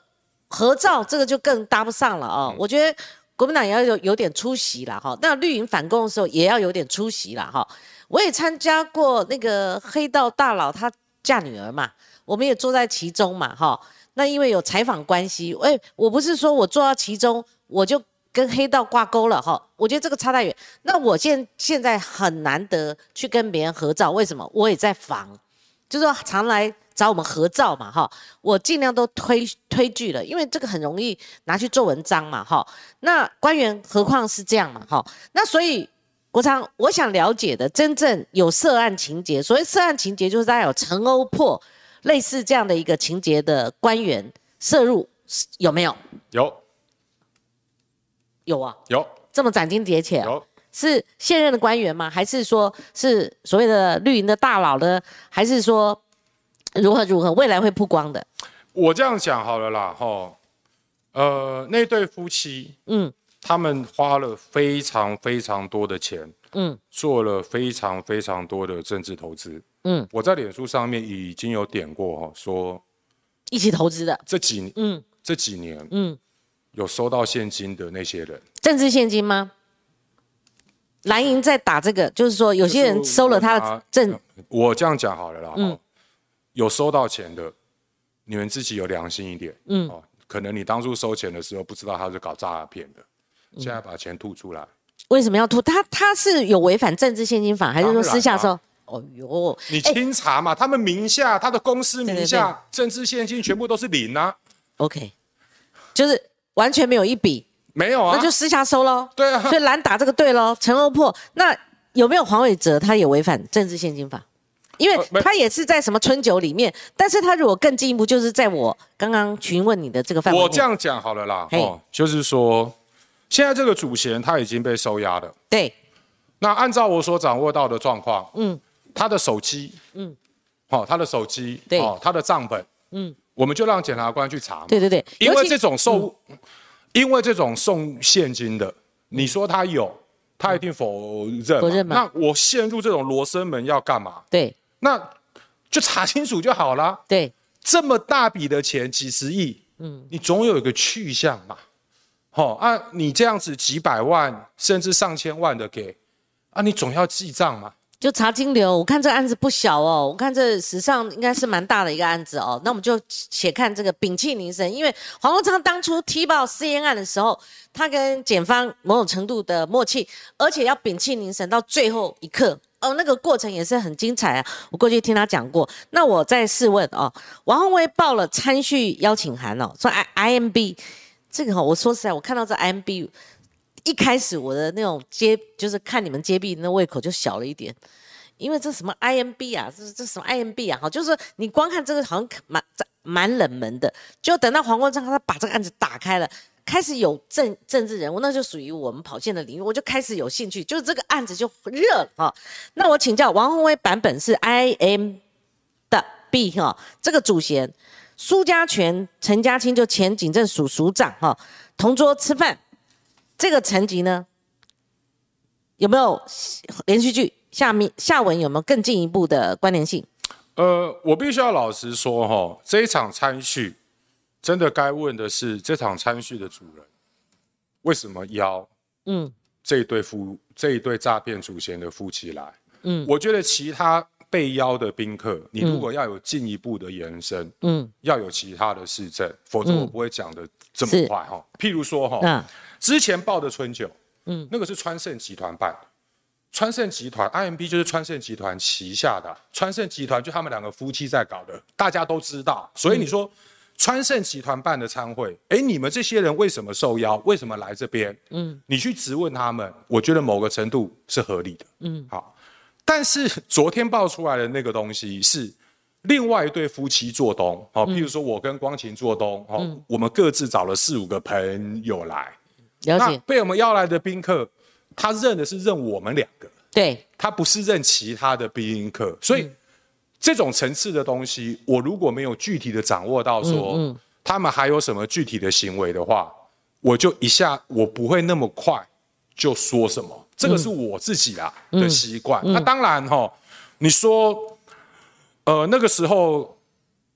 合照这个就更搭不上了哦。嗯、我觉得国民党也要有有点出席啦哈，那绿营反攻的时候也要有点出席啦哈。我也参加过那个黑道大佬他嫁女儿嘛，我们也坐在其中嘛哈。那因为有采访关系，哎，我不是说我坐到其中我就跟黑道挂钩了哈，我觉得这个差太远。那我现现在很难得去跟别人合照，为什么？我也在防，就是说常来找我们合照嘛哈，我尽量都推推拒了，因为这个很容易拿去做文章嘛哈。那官员何况是这样嘛哈，那所以国昌，我想了解的真正有涉案情节，所谓涉案情节就是大家有陈欧破类似这样的一个情节的官员涉入，有没有？ 有， 有啊， 有， 这么斩钉截铁、啊， 有， 是现任的官员吗？还是说是所谓的绿营的大佬呢？还是说如何如何未来会曝光的？ 我这样讲好了啦，哈，呃，那对夫妻，嗯，他们花了非常非常多的钱，嗯，做了非常非常多的政治投资。嗯，我在脸书上面已经有点过哈，说一起投资的这几嗯这几年嗯有收到现金的那些人， 政治现金吗？蓝营在打这个，就是说有些人收了他的政， 我, 我这样讲好了啦，嗯，有收到钱的，你们自己有良心一点，嗯，哦，可能你当初收钱的时候不知道他是搞诈骗的，现在把钱吐出来， 为什么要吐？他他是有违反政治现金法，还是说私下收？哦呦， 你清查嘛，欸、他们名下，他的公司名下，对对对政治现金全部都是零啊。OK， 就是完全没有一笔， 没有啊， 那就私下收喽。 对啊， 所以蓝打这个对喽，陈欧破。那有没有黄伟哲？他也违反政治现金法，因为他也是在什么春酒里面，但是他如果更进一步，就是在我刚刚询问你的这个范围。 我这样讲好了啦，哦，就是说，现在这个主嫌他已经被收押了。 对。 那按照我所掌握到的状况，嗯。他的手机，嗯，好、哦，他的手机，对，哦，他的账本，嗯，我们就让检察官去查嘛。 对对对， 因为这种收，嗯、因为这种送现金的，你说他有，他一定否认，否认嘛。那我陷入这种罗生门要干嘛？ 对， 那就查清楚就好了。 对， 这么大笔的钱，几十亿，嗯，你总有一个去向嘛。好、哦、啊，你这样子几百万甚至上千万的给，啊，你总要记账嘛。 就查金流，我看这案子不小哦，我看这史上应该是蛮大的一个案子哦。那我们就且看这个屏气凝神，因为黄国昌当初踢爆私烟案的时候，他跟检方某种程度的默契，而且要屏气凝神到最后一刻哦，那个过程也是很精彩啊。我过去听他讲过，那我再试问哦，王宏威报了参叙邀请函哦，说 I M B 这个、哦，我说实在，我看到这 I M B。一开始我的那种接就是看你们接币那胃口就小了一点，因为这什么 I M B 啊，这这什么 I M B 啊，哈，就是你光看这个好像蛮蛮冷门的，就等到黄国昌他把这个案子打开了，开始有政政治人物，那就属于我们跑线的领域，我就开始有兴趣，就是这个案子就热了哈。那我请教王宏威版本是 I M 的 B 哈，这个主嫌苏家全、陈家清就前警政署署长哈，同桌吃饭。这个层级呢，有没有连续剧下面下文有没有更进一步的关联性？ 呃，我必须要老实说哈、哦，这一场参叙真的该问的是，这场参叙的主人为什么邀嗯这一对夫这一对诈骗主嫌的夫妻来？嗯，我觉得其他被邀的宾客，你如果要有进一步的延伸，嗯，要有其他的事证，否则我不会讲的这么快哈、嗯。譬如说哈。嗯之前报的春酒，嗯，那个是川盛集团办的。川盛集团 I M B 就是川盛集团旗下的，川盛集团就他们两个夫妻在搞的，大家都知道。所以你说、嗯、川盛集团办的餐会，哎，你们这些人为什么受邀？为什么来这边？嗯，你去质问他们，我觉得某个程度是合理的。嗯，好。但是昨天爆出来的那个东西是另外一对夫妻做东，好，譬如说我跟光晴做东，好、嗯，我们各自找了四五个朋友来。 了解。 那被我们邀来的宾客，他认的是认我们两个， 对， 他不是认其他的宾客，所以、嗯、这种层次的东西，我如果没有具体的掌握到说、嗯嗯、他们还有什么具体的行为的话，我就一下我不会那么快就说什么，这个是我自己啦、嗯、的习惯、嗯嗯。那当然哈，你说，呃，那个时候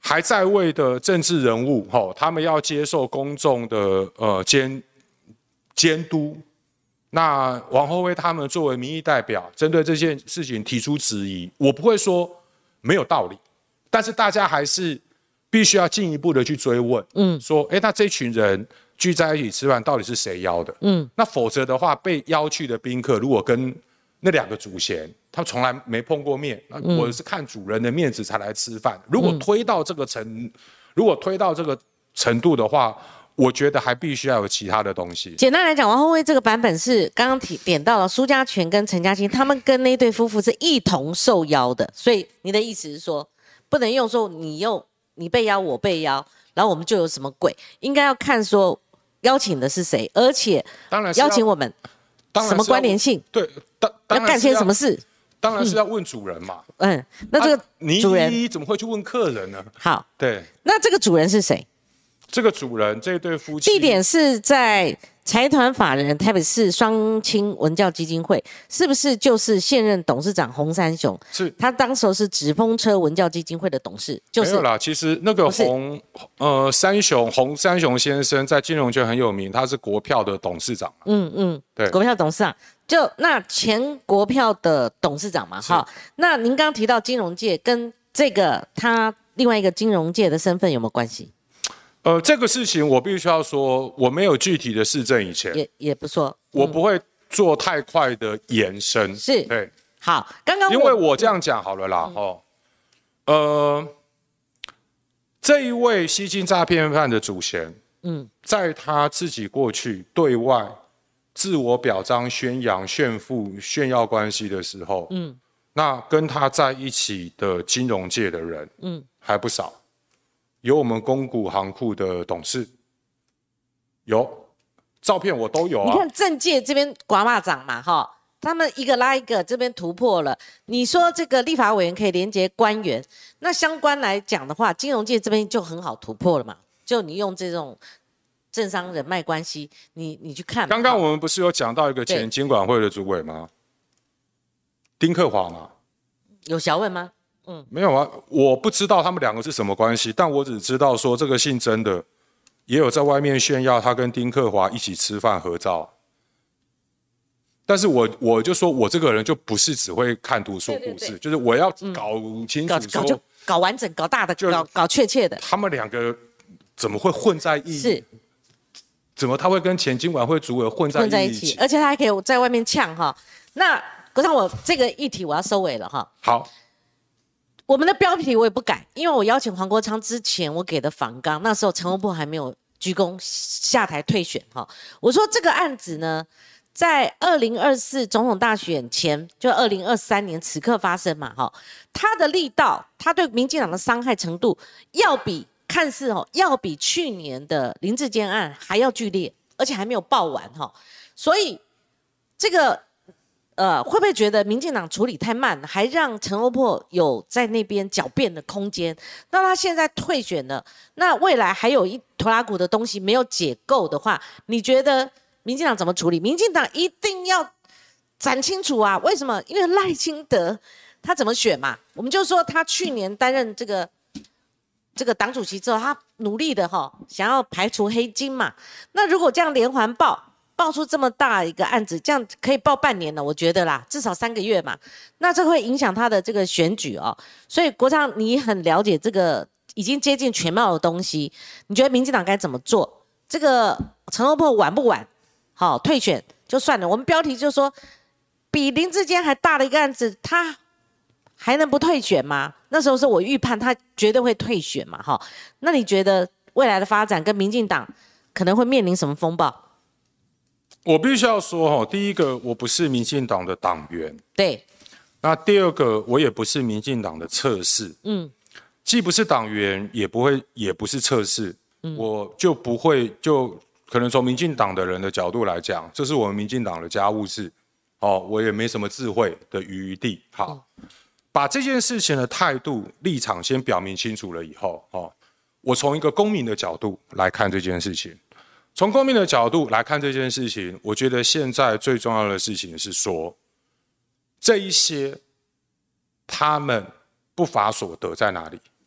还在位的政治人物，哈，他们要接受公众的呃监监督。那王厚辉他们作为民意代表，针对这件事情提出质疑，我不会说没有道理，但是大家还是必须要进一步的去追问，嗯，说，哎，那这群人聚在一起吃饭，到底是谁邀的？嗯，那否则的话，被邀去的宾客如果跟那两个主嫌，他从来没碰过面，嗯、我是看主人的面子才来吃饭。如果推到这个程，嗯、如果推到这个程度的话，我觉得还必须要有其他的东西。 简单来讲，王厚辉这个版本是刚刚提点到了苏家全跟陈嘉欣，他们跟那对夫妇是一同受邀的，所以你的意思是说，不能用说你用你被邀我被邀，然后我们就有什么鬼？应该要看说邀请的是谁，而且邀请我们。什么关联性？ 对，当要干些什么事？ 当然是要问主人嘛。 嗯，那这个主人、啊、 你怎么会去问客人呢？ 好， 对， 那这个主人是谁？ 这个主人这对夫妻， 地点是在财团法人台北市双亲文教基金会，是不是就是现任董事长洪三雄？ 是， 他当时是纸风车文教基金会的董事，就是没有啦。其实那个洪呃三雄洪三雄先生在金融圈很有名，他是国票的董事长。 嗯嗯， 对， 国票董事长。就那前国票的董事长嘛，哈。那您刚刚提到金融界跟这个他另外一个金融界的身份有没有关系？ 呃，这个事情我必须要说，我没有具体的事证以前， 也也不说， 嗯、我不会做太快的延伸。 是， 对， 好，刚刚因为我这样讲好了啦，嗯、哦，呃，这一位吸金诈骗犯的主嫌，嗯，在他自己过去对外自我表彰、宣扬、炫富、炫耀关系的时候，嗯，那跟他在一起的金融界的人，嗯，还不少。有我们公股行库的董事，有照片我都有啊。 你看政界这边刮骂掌嘛，哈，他们一个拉一个，这边突破了。你说这个立法委员可以连接官员，那相关来讲的话，金融界这边就很好突破了嘛。就你用这种政商人脉关系，你你去看。 刚刚我们不是有讲到一个前金管会的主委吗？丁克华吗？ 有小问吗？ 嗯，没有啊，我不知道他们两个是什么关系，但我只知道说这个姓曾的也有在外面炫耀他跟丁克华一起吃饭合照。但是我我就说我这个人就不是只会看图说故事，对对对，就是我要搞清楚说、嗯、 搞, 搞就搞完整、搞大的、搞搞确切的。 他们两个怎么会混在一起？ 是， 怎么他会跟前金管会主委混在一起？混在一起， 而且他还可以在外面呛哈。那国昌，我这个议题我要收尾了哈。 好。 我们的标题我也不改，因为我邀请黄国昌之前我给的访纲，那时候陈欧珀还没有鞠躬下台退选哈。我说这个案子呢，在二零二四总统大选前，就二零二三年此刻发生嘛哈，他的力道，他对民进党的伤害程度，要比看似哦，要比去年的林智坚案还要剧烈，而且还没有爆完哈，所以这个。呃，会不会觉得民进党处理太慢，还让陈欧珀有在那边狡辩的空间？那他现在退选了，那未来还有一拖拉股的东西没有解构的话，你觉得民进党怎么处理？民进党一定要斩清楚啊！为什么？因为赖清德他怎么选嘛？我们就说他去年担任这个这个党主席之后，他努力的哈，想要排除黑金嘛。那如果这样连环爆。爆出这么大一个案子，这样可以爆半年了，我觉得啦，至少三个月嘛。那这会影响他的这个选举哦。所以国昌，你很了解这个已经接近全貌的东西，你觉得民进党该怎么做？这个陈欧珀晚不晚？好，退选就算了。我们标题就说，比林智坚还大的一个案子，他还能不退选吗？那时候是我预判他绝对会退选嘛，哈。那你觉得未来的发展跟民进党可能会面临什么风暴？ 我必须要说哈，第一个，我不是民进党的党员， 对。 那第二个，我也不是民进党的测试，嗯，既不是党员，也不会，也不是测试，嗯，我就不会，就可能从民进党的人的角度来讲，这是我们民进党的家务事，哦，我也没什么智慧的余地，好，嗯、把这件事情的态度立场先表明清楚了以后，哦，我从一个公民的角度来看这件事情。从公民的角度来看这件事情，我觉得现在最重要的事情是说，这一些他们不法所得在哪里？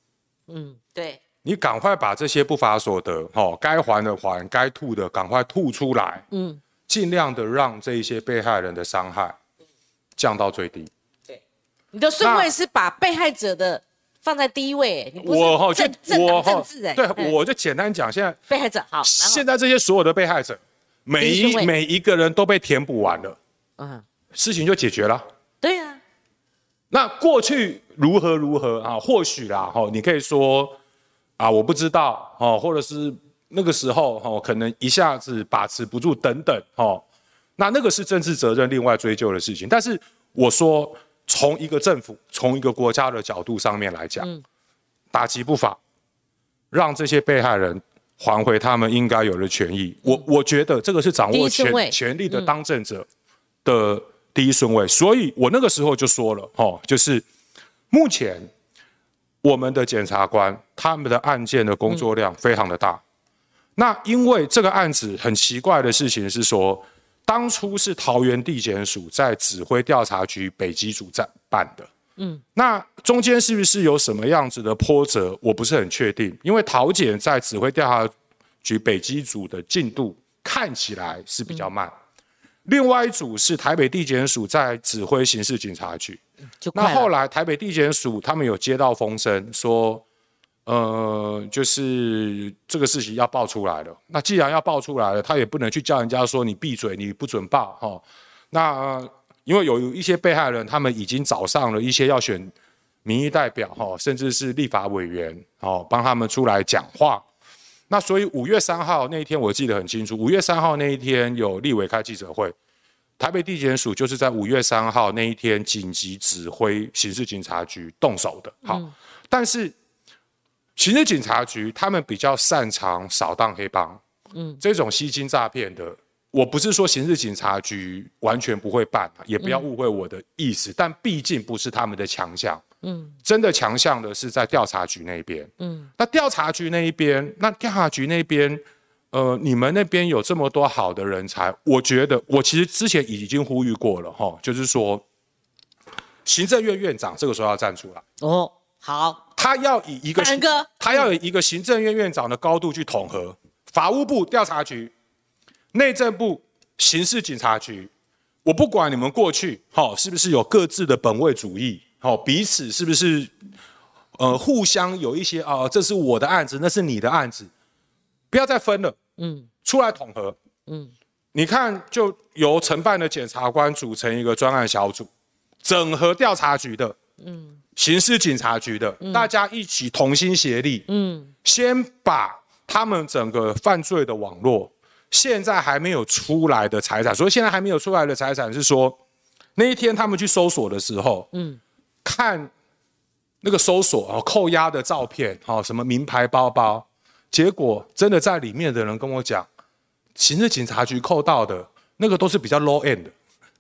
嗯，对， 你赶快把这些不法所得，哦，该还的还，该吐的赶快吐出来，嗯，尽量的让这一些被害人的伤害降到最低。 对，你的顺位是把被害者的放在第一位，你不是我政政党政治哎， 对，我就简单讲，现在被害者好， 现在这些所有的被害者，每一每一个人都被填补完了，嗯，事情就解决了。 对啊， 那过去如何如何啊？或许啦，哈，你可以说啊，我不知道，哦，或者是那个时候，哦，可能一下子把持不住，等等，哦，那那个是政治责任另外追究的事情。但是我说，从一个政府、从一个国家的角度上面来讲，嗯、打击不法，让这些被害人还回他们应该有的权益。嗯、我我觉得这个是掌握权权力的当政者的第一顺位。嗯、所以我那个时候就说了，哦，就是目前我们的检察官他们的案件的工作量非常的大。嗯、那因为这个案子很奇怪的事情是说，当初是桃园地检署在指挥调查局北基组在办的，嗯，那中间是不是有什么样子的波折，我不是很确定，因为桃检在指挥调查局北基组的进度看起来是比较慢，嗯、另外一组是台北地检署在指挥刑事警察局，那后来台北地检署他们有接到风声说，呃，就是这个事情要爆出来了。那既然要爆出来了，他也不能去叫人家说你闭嘴，你不准报哈、哦。那、呃、因为有一些被害人，他们已经找上了一些要选民意代表哈、哦，甚至是立法委员哦，帮他们出来讲话。那所以五月三号那一天我记得很清楚，五月三号那一天有立委开记者会，台北地检署就是在五月三号那一天紧急指挥刑事警察局动手的。好，嗯、但是刑事警察局他们比较擅长扫荡黑帮，嗯，这种吸金诈骗的，我不是说刑事警察局完全不会办，也不要误会我的意思，嗯、但毕竟不是他们的强项，嗯，真的强项的是在调查局那边，嗯，那调查局那一边，那调查局那边，呃，你们那边有这么多好的人才，我觉得我其实之前已经呼吁过了哈，就是说，行政院院长这个时候要站出来， 哦，好。 他要以一个他要以一个行政院院长的高度去统合法务部调查局、内政部刑事警察局。我不管你们过去好、哦、是不是有各自的本位主义，好、哦、彼此是不是呃互相有一些啊、哦，这是我的案子，那是你的案子，不要再分了，嗯，出来统合，嗯，你看就由承办的检察官组成一个专案小组，整合调查局的，嗯。刑事警察局的，嗯、大家一起同心协力，嗯，先把他们整个犯罪的网络，现在还没有出来的财产，所以现在还没有出来的财产是说，那一天他们去搜索的时候，嗯，看那个搜索哦扣押的照片，哦什么名牌包包，结果真的在里面的人跟我讲，刑事警察局扣到的那个都是比较 low end 的。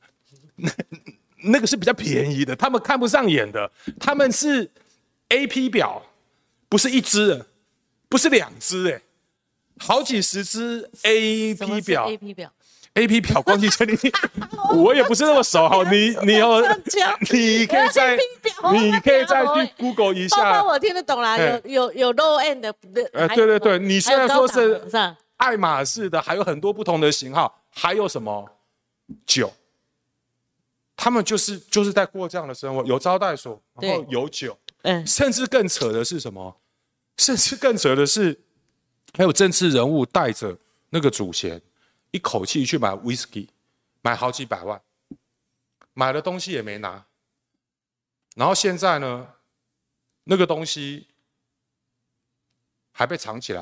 那个是比较便宜的，他们看不上眼的，他们是 A P 表，不是一只，不是两只，哎，好几十只 A P 表。 A P 表 ，A P 表，光启成，你我也不是那么熟，好，你你有，你可以再，你可以再去 Google 一下。 包包我听得懂啦，有有有 low end 的， 呃，对对对，你虽然说是爱马仕的，还有很多不同的型号，还有什么酒。他们就是就是在过这样的生活，有招待所，然后有酒，嗯，甚至更扯的是什么？甚至更扯的是，还有政治人物带着那个祖先，一口气去买 whisky， 买好几百万，买的东西也没拿，然后现在呢，那个东西还被藏起来，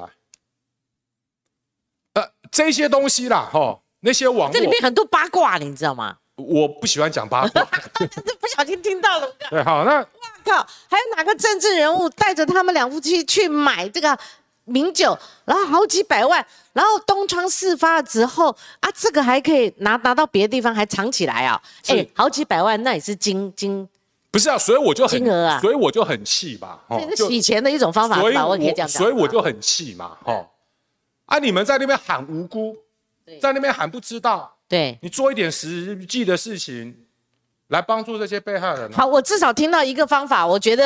呃，这些东西啦，哈，那些网络， 这里面很多八卦，你知道吗？ 我不喜欢讲八卦， 不小心听到了。 对，好，那哇靠，还有哪个政治人物带着他们两夫妻去买这个名酒，然后好几百万，然后东窗事发了之后啊，这个还可以拿拿到别的地方还藏起来啊？哎、欸，好几百万那也是金金， 不是啊，所以我就很金额啊， 所以我就很气嘛， 这是洗钱的一种方法吧？我可以这样讲， 所以我就很气嘛，哦，啊，你们在那边喊无辜，在那边喊不知道。 对， 你做一点实际的事情，来帮助这些被害人、啊。 好，我至少听到一个方法，我觉得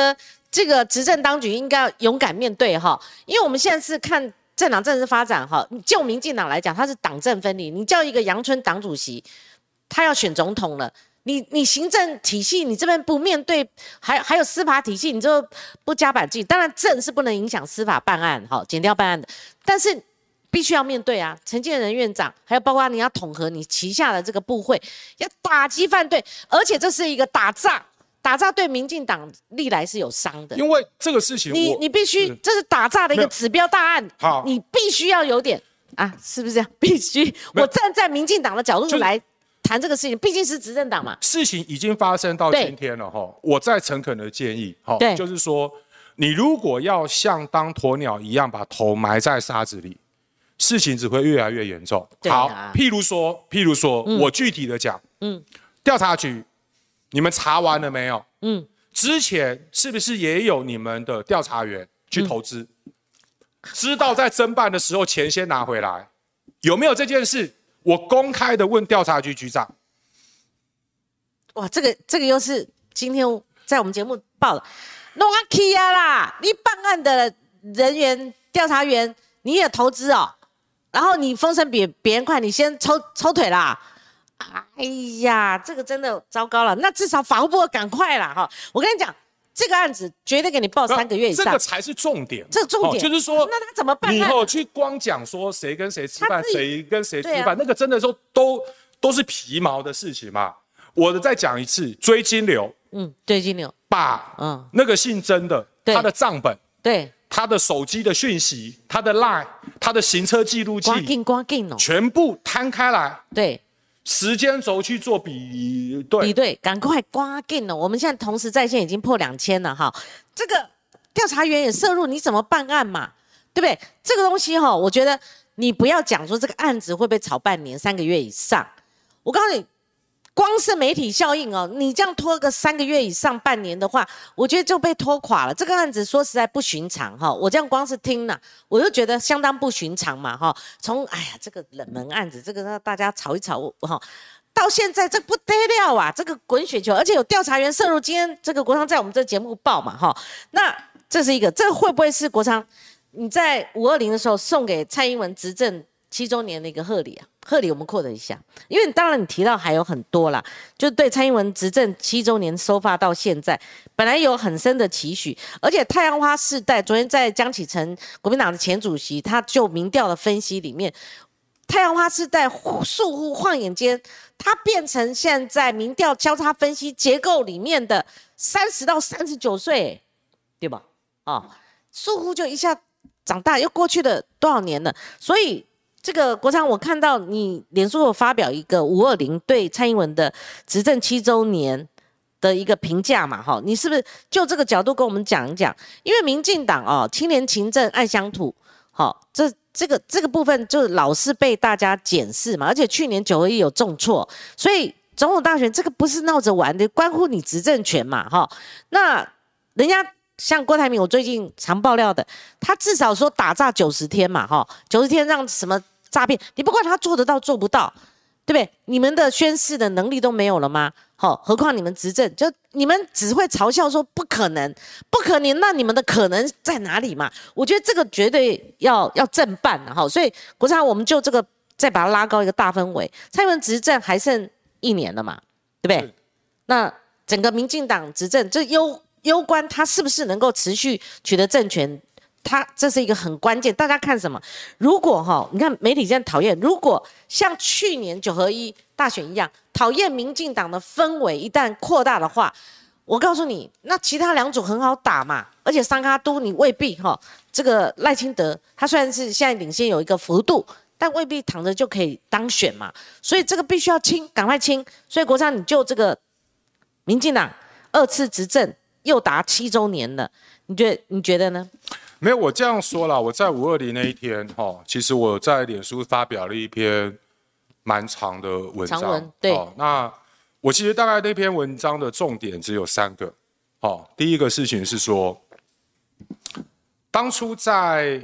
这个执政当局应该要勇敢面对哈，因为我们现在是看政党政治发展哈。就民进党来讲，它是党政分离。你叫一个杨春党主席，他要选总统了，你你行政体系你这边不面对，还还有司法体系，你就不加把劲。当然政是不能影响司法办案哈，检调办案的，但是必须要面对啊。陈建仁院长，还有包括你要统合你旗下的这个部会，要打击犯罪，而且这是一个打诈。打诈对民进党历来是有伤的， 因为这个事情你你必须，这是打诈的一个指标大案， 好， 你必须要有点啊，是不是这样？必须，我站在民进党的角度来谈这个事情，毕竟是执政党嘛。 事情已经发生到今天了哈，我再诚恳的建议哈，就是说，你如果要像当鸵鸟一样把头埋在沙子里，事情只会越来越严重。 啊、 好，譬如说，譬如说，嗯、我具体的讲，嗯，调查局。你们查完了没有？嗯，之前是不是也有你们的调查员去投资？嗯、知道在侦办的时候钱先拿回来，有没有这件事？我公开的问调查局局长。 哇，这个这个又是今天在我们节目报的，弄阿 K 啊啦！你办案的人员调查员你也投资哦，然后你风声比别人快，你先抽抽腿啦。哎呀，这个真的糟糕了。那至少法务部赶快啦哈！我跟你讲，这个案子绝对给你报三个月以上， 这个才是重点。 这个重点、 哦、就是说， 那他怎么办？ 你以后去光讲说谁跟谁吃饭，谁跟谁吃饭，啊、那个真的说都都是皮毛的事情嘛。我的再讲一次，追金流， 嗯，追金流， 把嗯那个姓曾的他的账本， 对。 他的手机的讯息，他的 Line， 他的行车记录器， 哦、 全部摊开来， 对。 时间轴去做比对， 比对，赶快刮进了。我们现在同时在线已经破两千了哈，这个调查员也涉入，你怎么办案嘛？对不对？这个东西哈，我觉得你不要讲说这个案子会被炒半年、三个月以上。我告诉你，光是媒体效应哦，你这样拖个三个月以上、半年的话，我觉得就被拖垮了。这个案子说实在不寻常哈，我这样光是听了，我就觉得相当不寻常嘛哈。从哎呀这个冷门案子，这个让大家吵一吵哈，到现在这不得了啊，这个滚雪球，而且有调查员涉入。今天这个国昌在我们这节目报嘛哈，那这是一个，这会不会是国昌你在五二零的时候送给蔡英文执政七周年的一个贺礼啊？贺礼我们扩了一下，因为当然你提到还有很多啦，就对蔡英文执政七周年收发到现在，本来有很深的期许，而且太阳花世代，昨天在江启臣国民党的前主席，他就民调的分析里面，太阳花世代倏忽晃眼间，他变成现在民调交叉分析结构里面的三十到三十九岁，对吧？哦，倏忽就一下长大，又过去了多少年了，所以。这个国昌，我看到你脸书有发表一个五二零对蔡英文的执政七周年的一个评价嘛，哈，你是不是就这个角度跟我们讲一讲？因为民进党哦，清廉勤政爱乡土，好，这这个这个部分就老是被大家检视嘛，而且去年九合一有重挫，所以总统大选这个不是闹着玩的，关乎你执政权嘛，哈，那人家。像郭台铭，我最近常爆料的，他至少说打诈九十天嘛，哈，九十天让什么诈骗，你不管他做得到做不到，对不对？你们的宣誓的能力都没有了吗？好，何况你们执政，就你们只会嘲笑说不可能，不可能，那你们的可能在哪里嘛？我觉得这个绝对要要正办的哈，所以国昌，我们就这个再把它拉高一个大氛围，蔡英文执政还剩一年了嘛，对不对？那整个民进党执政，这攸攸关他是不是能够持续取得政权，他这是一个很关键。大家看什么？如果哈，你看媒体现在讨厌，如果像去年九合一大选一样，讨厌民进党的氛围一旦扩大的话，我告诉你，那其他两组很好打嘛。而且三咖都你未必哈，这个赖清德他虽然是现在领先有一个幅度，但未必躺着就可以当选嘛。所以这个必须要清，赶快清。所以国昌，你就这个民进党二次执政。又达七周年了，你觉得你觉得呢？ 没有，我这样说啦，我在五二零那一天哈，其实我在脸书发表了一篇蛮长的文章， 长文对、 哦。那我其实大概那篇文章的重点只有三个。哦，第一个事情是说，当初在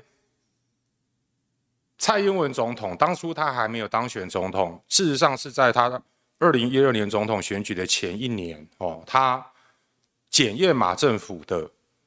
蔡英文总统当初他还没有当选总统，事实上是在他二零一二年总统选举的前一年哦，他。检验马政府的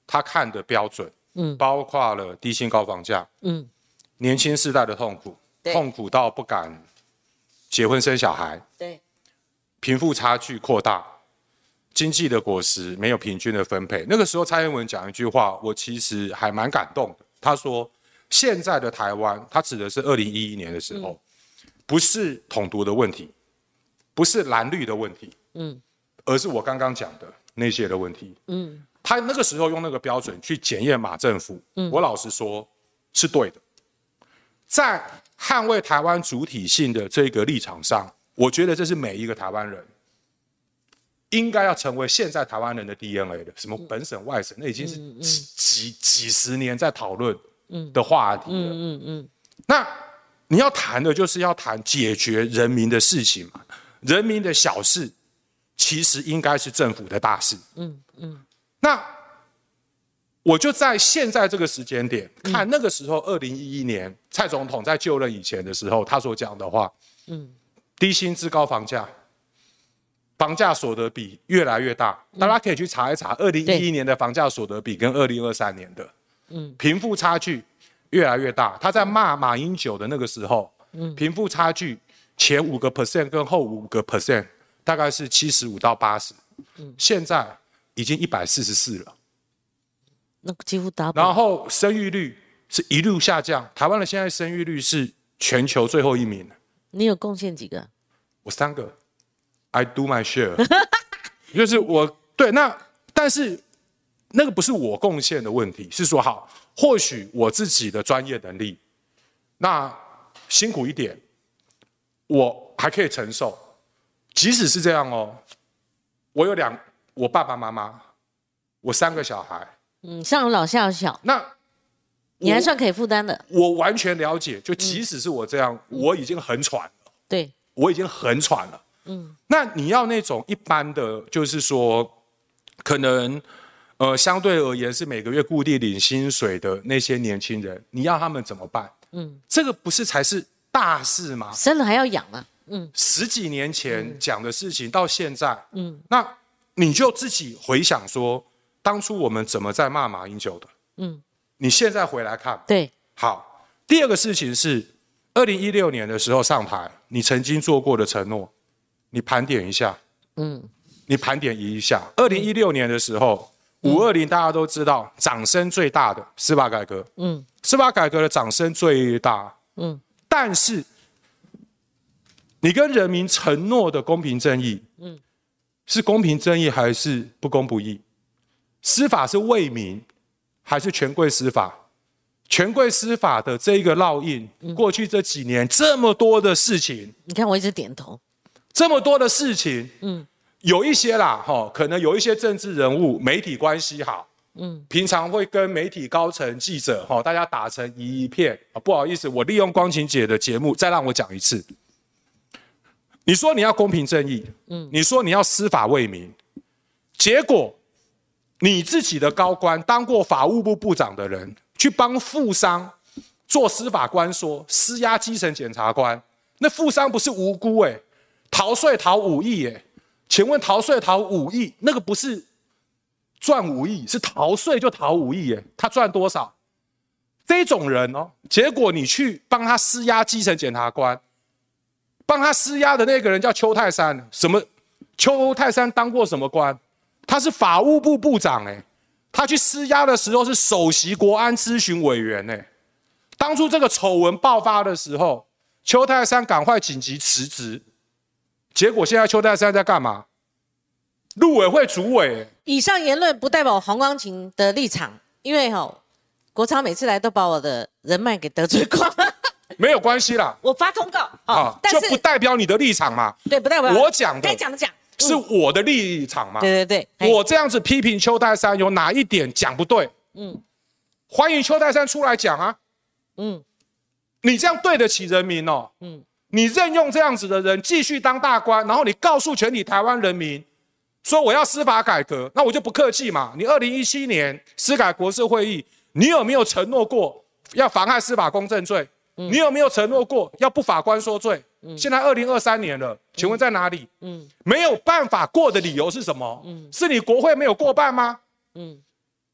他看的标准，嗯，包括了低薪高房价，嗯，年轻世代的痛苦，痛苦到不敢结婚生小孩， 对， 贫富差距扩大，经济的果实没有平均的分配。那个时候蔡英文讲一句话，我其实还蛮感动的。他说，现在的台湾，他指的是二零一一年的时候，嗯、不是统独的问题，不是蓝绿的问题，嗯，而是我刚刚讲的那些的问题，嗯。他那个时候用那个标准去检验马政府，嗯、我老实说是对的。在捍卫台湾主体性的这个立场上，我觉得这是每一个台湾人应该要成为现在台湾人的 D N A 的。什么本省外省，那已经是几几几十年在讨论的话题了。嗯嗯嗯、那你要谈的就是要谈解决人民的事情嘛，人民的小事其实应该是政府的大事。嗯嗯。那我就在现在这个时间点看那个时候，二零一一年蔡总统在就任以前的时候，他所讲的话，嗯，低薪资高房价，房价所得比越来越大，大家可以去查一查，二零一一年的房价所得比跟二零二三年的，嗯，贫富差距越来越大。他在骂马英九的那个时候，嗯，贫富差距前五个 percent 跟后五个 percent 大概是七十五到八十，嗯，现在已经一百四十四了， 那几乎达。 然后生育率是一路下降，台湾的现在生育率是全球最后一名。 你有贡献几个？ 我三个 ，I do my share， 就是我对那，但是那个不是我贡献的问题，是说好，或许我自己的专业能力，那辛苦一点，我还可以承受。即使是这样哦，我有两。我爸爸妈妈，我三个小孩， 嗯，上有老下有小， 那你还算可以负担的。 我完全了解，就即使是我这样，嗯、我已经很喘了。 对， 我已经很喘了。嗯，那你要那种一般的，就是说，可能呃相对而言是每个月固定领薪水的那些年轻人，你要他们怎么办？嗯，这个不是才是大事吗？ 生了还要养啊。嗯， 十几年前讲的事情到现在，嗯，那。你就自己回想说，当初我们怎么在骂马英九的？嗯，你现在回来看， 对， 好。第二个事情是，二零一六年的时候上台，你曾经做过的承诺，你盘点一下，嗯，你盘点一下。二零一六年的时候，五二零大家都知道，掌声最大的司法改革，嗯，司法改革的掌声最大，嗯，但是你跟人民承诺的公平正义，嗯。是公平正义还是不公不义？司法是为民还是权贵司法？权贵司法的这一个烙印，嗯、过去这几年这么多的事情， 你看我一直点头， 这么多的事情，嗯，有一些啦，哈，可能有一些政治人物媒体关系好，嗯，平常会跟媒体高层记者，哈，大家打成一片。不好意思，我利用光晴姐的节目，再让我讲一次。你说你要公平正义，嗯，你说你要司法为民，结果你自己的高官当过法务部部长的人，去帮富商做司法官说施压基层检察官，那富商不是无辜哎、欸，逃税逃五亿哎，请问逃税逃五亿，那个不是赚五亿，是逃税就逃五亿哎，他赚多少？这种人哦，结果你去帮他施压基层检察官。帮他施压的那个人叫邱泰山，什么？邱泰山当过什么官？他是法务部部长哎、欸，他去施压的时候是首席国安咨询委员哎、欸。当初这个丑闻爆发的时候，邱泰山赶快紧急辞职，结果现在邱泰山在干嘛？陆委会主委、欸。 以上言论不代表黄光芹的立场，因为哈、哦，国昌每次来都把我的人脉给得罪光。 没有关系啦， 我发通告啊、 哦，就不代表你的立场嘛。 对，不代表我讲的， 该讲的讲， 是我的立场嘛。 对对对， 我这样子批评邱泰山，有哪一点讲不对？嗯，欢迎邱泰山出来讲啊。嗯，你这样对得起人民哦。嗯，你任用这样子的人继续当大官，然后你告诉全体台湾人民说我要司法改革，那我就不客气嘛。你二零一七年司改国是会议，你有没有承诺过要妨害司法公正罪？你有没有承诺过要不法官说罪？嗯、现在二零二三年了，请问在哪里？嗯、没有办法过的理由是什么？嗯、是你国会没有过半吗？嗯、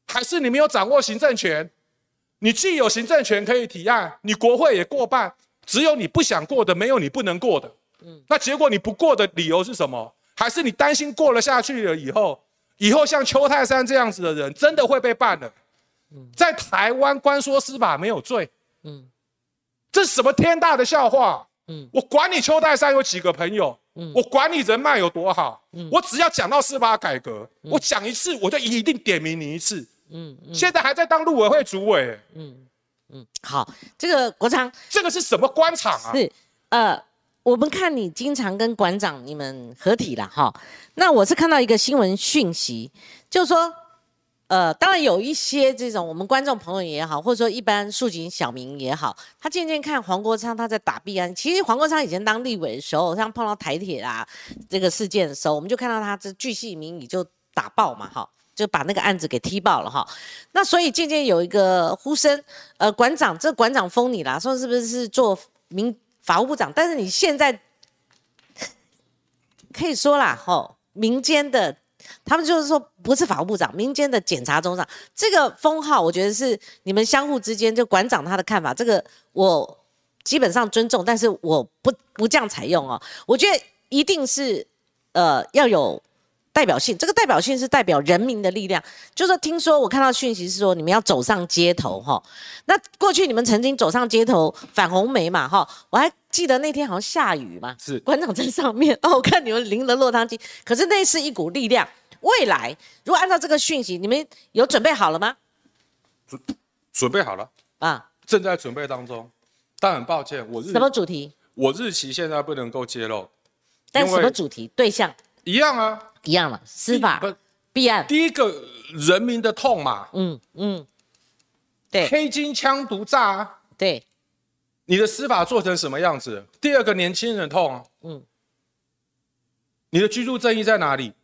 还是你没有掌握行政权？你既有行政权可以提案，你国会也过半，只有你不想过的，没有你不能过的。嗯，那结果你不过的理由是什么？还是你担心过了下去了以后，以后像邱泰山这样子的人真的会被办了？嗯，在台湾关说司法没有罪。嗯，这是什么天大的笑话？嗯，我管你邱泰山有几个朋友，嗯，我管你人脉有多好，嗯，我只要讲到司法改革，嗯，我讲一次我就一定点名你一次。嗯，嗯现在还在当陆委会主委。 嗯嗯，好，这个国昌， 这个是什么官场啊？ 是呃，我们看你经常跟馆长你们合体啦，哈。那我是看到一个新闻讯息，就是说。呃，当然有一些这种我们观众朋友也好，或者说一般庶警小民也好，他渐渐看黄国昌他在打弊案。其实黄国昌以前当立委的时候，像碰到台铁啊这个事件的时候，我们就看到他这巨细靡遗就打爆嘛，哈，就把那个案子给踢爆了哈。那所以渐渐有一个呼声，呃，馆长，这馆长封你啦，说是不是是做民法务部长？但是你现在可以说啦，吼，民间的。他们就是说，不是法务部长，民间的检察总长，这个封号，我觉得是你们相互之间，就馆长他的看法，这个我基本上尊重，但是我不不这样采用哦。我觉得一定是呃要有代表性，这个代表性是代表人民的力量。就是说，听说我看到讯息是说，你们要走上街头哈。那过去你们曾经走上街头反红梅嘛哈，我还记得那天好像下雨嘛， 是馆长在上面哦，我看你们淋了落汤鸡，可是那是一股力量。未来如果按照这个讯息，你们有准备好了吗？ 准准备好了啊，正在准备当中。但很抱歉，我日什么主题？ 我日期现在不能够揭露。 但什么主题？对象一样啊， 一样嘛，司法弊案。 第一个人民的痛嘛， 嗯嗯，对， 黑金枪毒炸啊， 对， 你的司法做成什么样子？第二个年轻人痛啊，嗯，你的居住正义在哪里？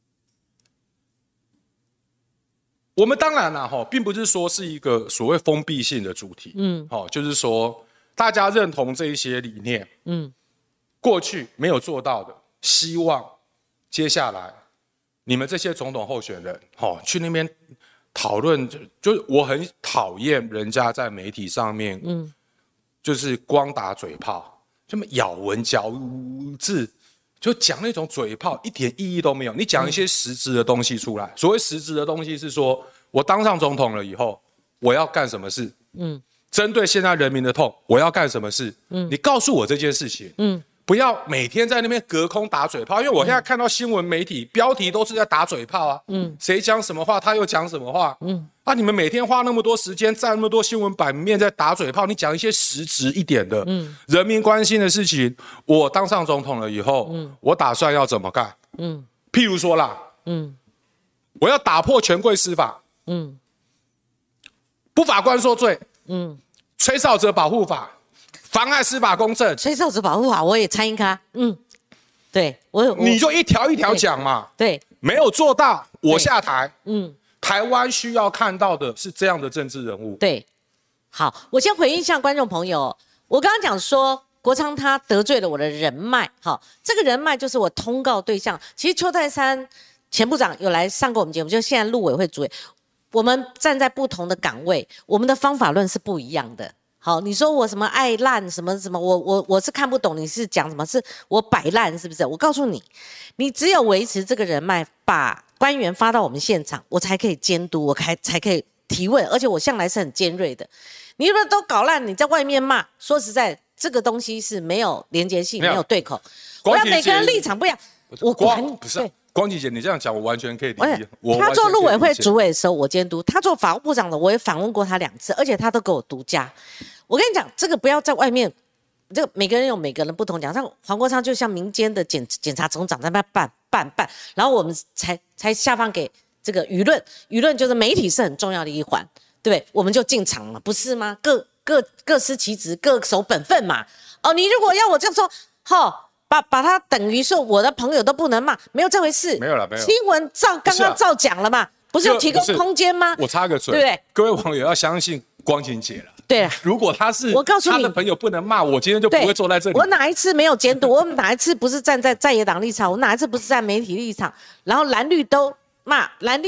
我们当然啦，哈，并不是说是一个所谓封闭性的主题，嗯，好，就是说大家认同这一些理念，嗯，过去没有做到的，希望接下来你们这些总统候选人，哈，去那边讨论，就就是我很讨厌人家在媒体上面，嗯，就是光打嘴炮，这么咬文嚼字。就讲那种嘴炮，一点意义都没有。你讲一些实质的东西出来。所谓实质的东西是说，我当上总统了以后，我要干什么事？嗯，针对现在人民的痛，我要干什么事？嗯，你告诉我这件事情。嗯，不要每天在那边隔空打嘴炮，因为我现在看到新闻媒体标题都是在打嘴炮啊。嗯，谁讲什么话，他又讲什么话。嗯，啊，你们每天花那么多时间，占那么多新闻版面在打嘴炮，你讲一些实质一点的，嗯，人民关心的事情。我当上总统了以后，嗯，我打算要怎么干？嗯，譬如说啦，嗯，我要打破权贵司法，嗯，不法官说罪，嗯，吹哨者保护法。妨碍司法公正， 吹哨者保护法我也参与咖，嗯，对我，我你就一条一条讲嘛， 对，对没有做到，我下台，嗯，台湾需要看到的是这样的政治人物， 对，好，我先回应一下观众朋友，我刚刚讲说国昌他得罪了我的人脉，好，这个人脉就是我通告对象，其实邱泰山前部长有来上过我们节目，就现在陆委会主委，我们站在不同的岗位，我们的方法论是不一样的。好，你说我什么爱烂什么什么，我我我是看不懂你是讲什么，是我摆烂是不是？我告诉你，你只有维持这个人脉，把官员发到我们现场，我才可以监督，我才才可以提问，而且我向来是很尖锐的。你如果都搞烂，你在外面骂，说实在，这个东西是没有连结性，没有对口。我要每个人立场不一样，我管不是、啊。光姐姐，你这样讲，我完全可以理解。 他做陆委会主委的时候，我监督；他做法务部长的，我也访问过他两次，而且他都给我独家。我跟你讲，这个不要在外面，这个每个人有每个人不同讲。像黄国昌就像民间的检检察总长在那办办办，然后我们才才下放给这个舆论，舆论就是媒体是很重要的一环，对不对？我们就进场了，不是吗？各各各司其职，各守本分嘛。哦，你如果要我这样说，哈。把把他等于说我的朋友都不能骂，没有这回事。 没有了，没有。 新闻照刚刚照讲了嘛，不是有提供空间吗？ 我插个嘴， 对不对？ 各位网友要相信光晴姐了。 对， 如果他是我告诉你， 他的朋友不能骂我，今天就不会坐在这里。 我哪一次没有监督？我哪一次不是站在在野党立场？我哪一次不是在媒体立场？然后蓝绿都骂，蓝绿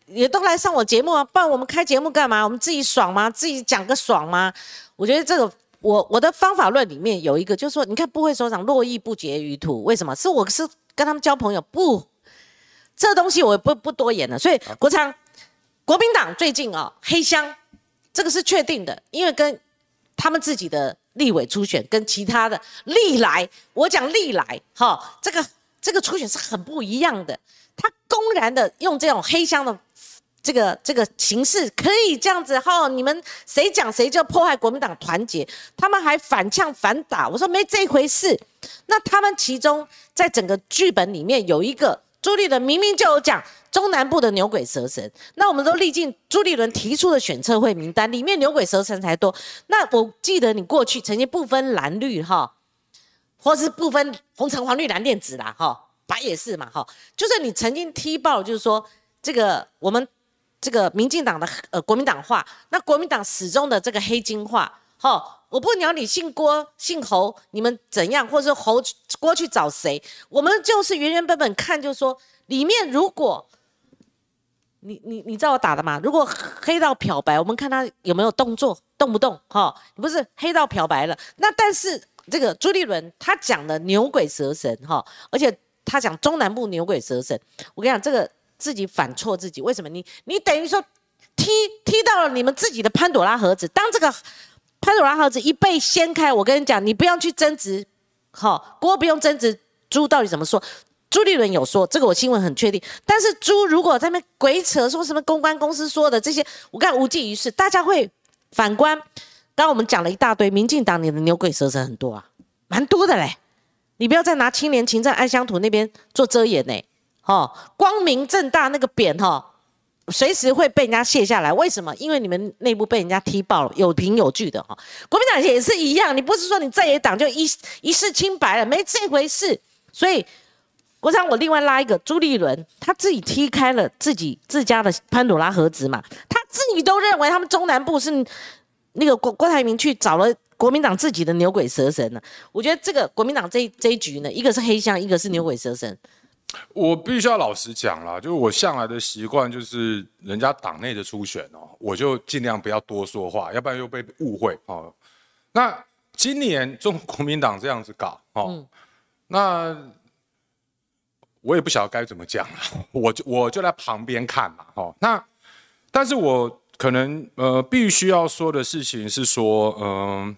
也都来上我节目啊，不然我们开节目干嘛？我们自己爽吗？自己讲个爽吗？我觉得这个，我我的方法论里面有一个，就是说，你看部会首长络绎不绝于途，为什么？是我是跟他们交朋友，不，这东西我不不多言了。所以国昌，国民党最近啊、哦、黑箱，这个是确定的，因为跟他们自己的立委初选跟其他的历来，我讲历来哈、哦，这个这个初选是很不一样的。他公然的用这种黑箱的这个这个形式，可以这样子哈、哦，你们谁讲谁就破坏国民党团结，他们还反呛反打，我说没这回事。那他们其中在整个剧本里面有一个朱立伦明明就有讲中南部的牛鬼蛇神，那我们都历尽朱立伦提出的选测会名单里面牛鬼蛇神才多。那我记得你过去曾经不分蓝绿哈，或是不分红橙黄绿蓝靛紫啦哈。白也是嘛，哈，就是你曾经踢爆，就是说这个我们这个民进党的呃国民党化，那国民党始终的这个黑金化，哈，我不鸟你姓郭姓侯，你们怎样，或者侯郭去找谁，我们就是原原本本看，就是说里面如果你你你知道我打的吗？如果黑到漂白，我们看他有没有动作，动不动，哈，不是黑到漂白了，那但是这个朱立伦他讲的牛鬼蛇神，哈，而且。他讲中南部牛鬼蛇神，我跟你讲，这个自己反错自己，为什么？你你等于说踢踢到了你们自己的潘朵拉盒子，当这个潘朵拉盒子一被掀开，我跟你讲，你不要去争执，好，锅不用争执猪到底怎么说。朱立伦有说，这个我新闻很确定，但是猪如果在那边鬼扯说什么公关公司说的这些，我看无济于事，大家会反观。刚刚我们讲了一大堆，民进党里的牛鬼蛇神很多啊，蛮多的嘞。你不要再拿青年勤政安乡土那边做遮掩呢，哦，光明正大那个匾哈、哦，随时会被人家卸下来。为什么？因为你们内部被人家踢爆了，有凭有据的哈、哦。国民党也是一样，你不是说你在野党就一一世清白了，没这回事。所以，国昌，我另外拉一个朱立伦，他自己踢开了自己自家的潘朵拉盒子嘛，他自己都认为他们中南部是那个郭郭台铭去找了。国民党自己的牛鬼蛇神呢？我觉得这个国民党这这一局呢，一个是黑箱，一个是牛鬼蛇神。 我必须要老实讲啦，就是我向来的习惯就是人家党内的初选哦，我就尽量不要多说话，要不然又被误会哦。那今年中国国民党这样子搞哦，嗯、那我也不晓得该怎么讲了，我就我就在旁边看嘛哦。那但是我可能呃必须要说的事情是说，嗯、呃。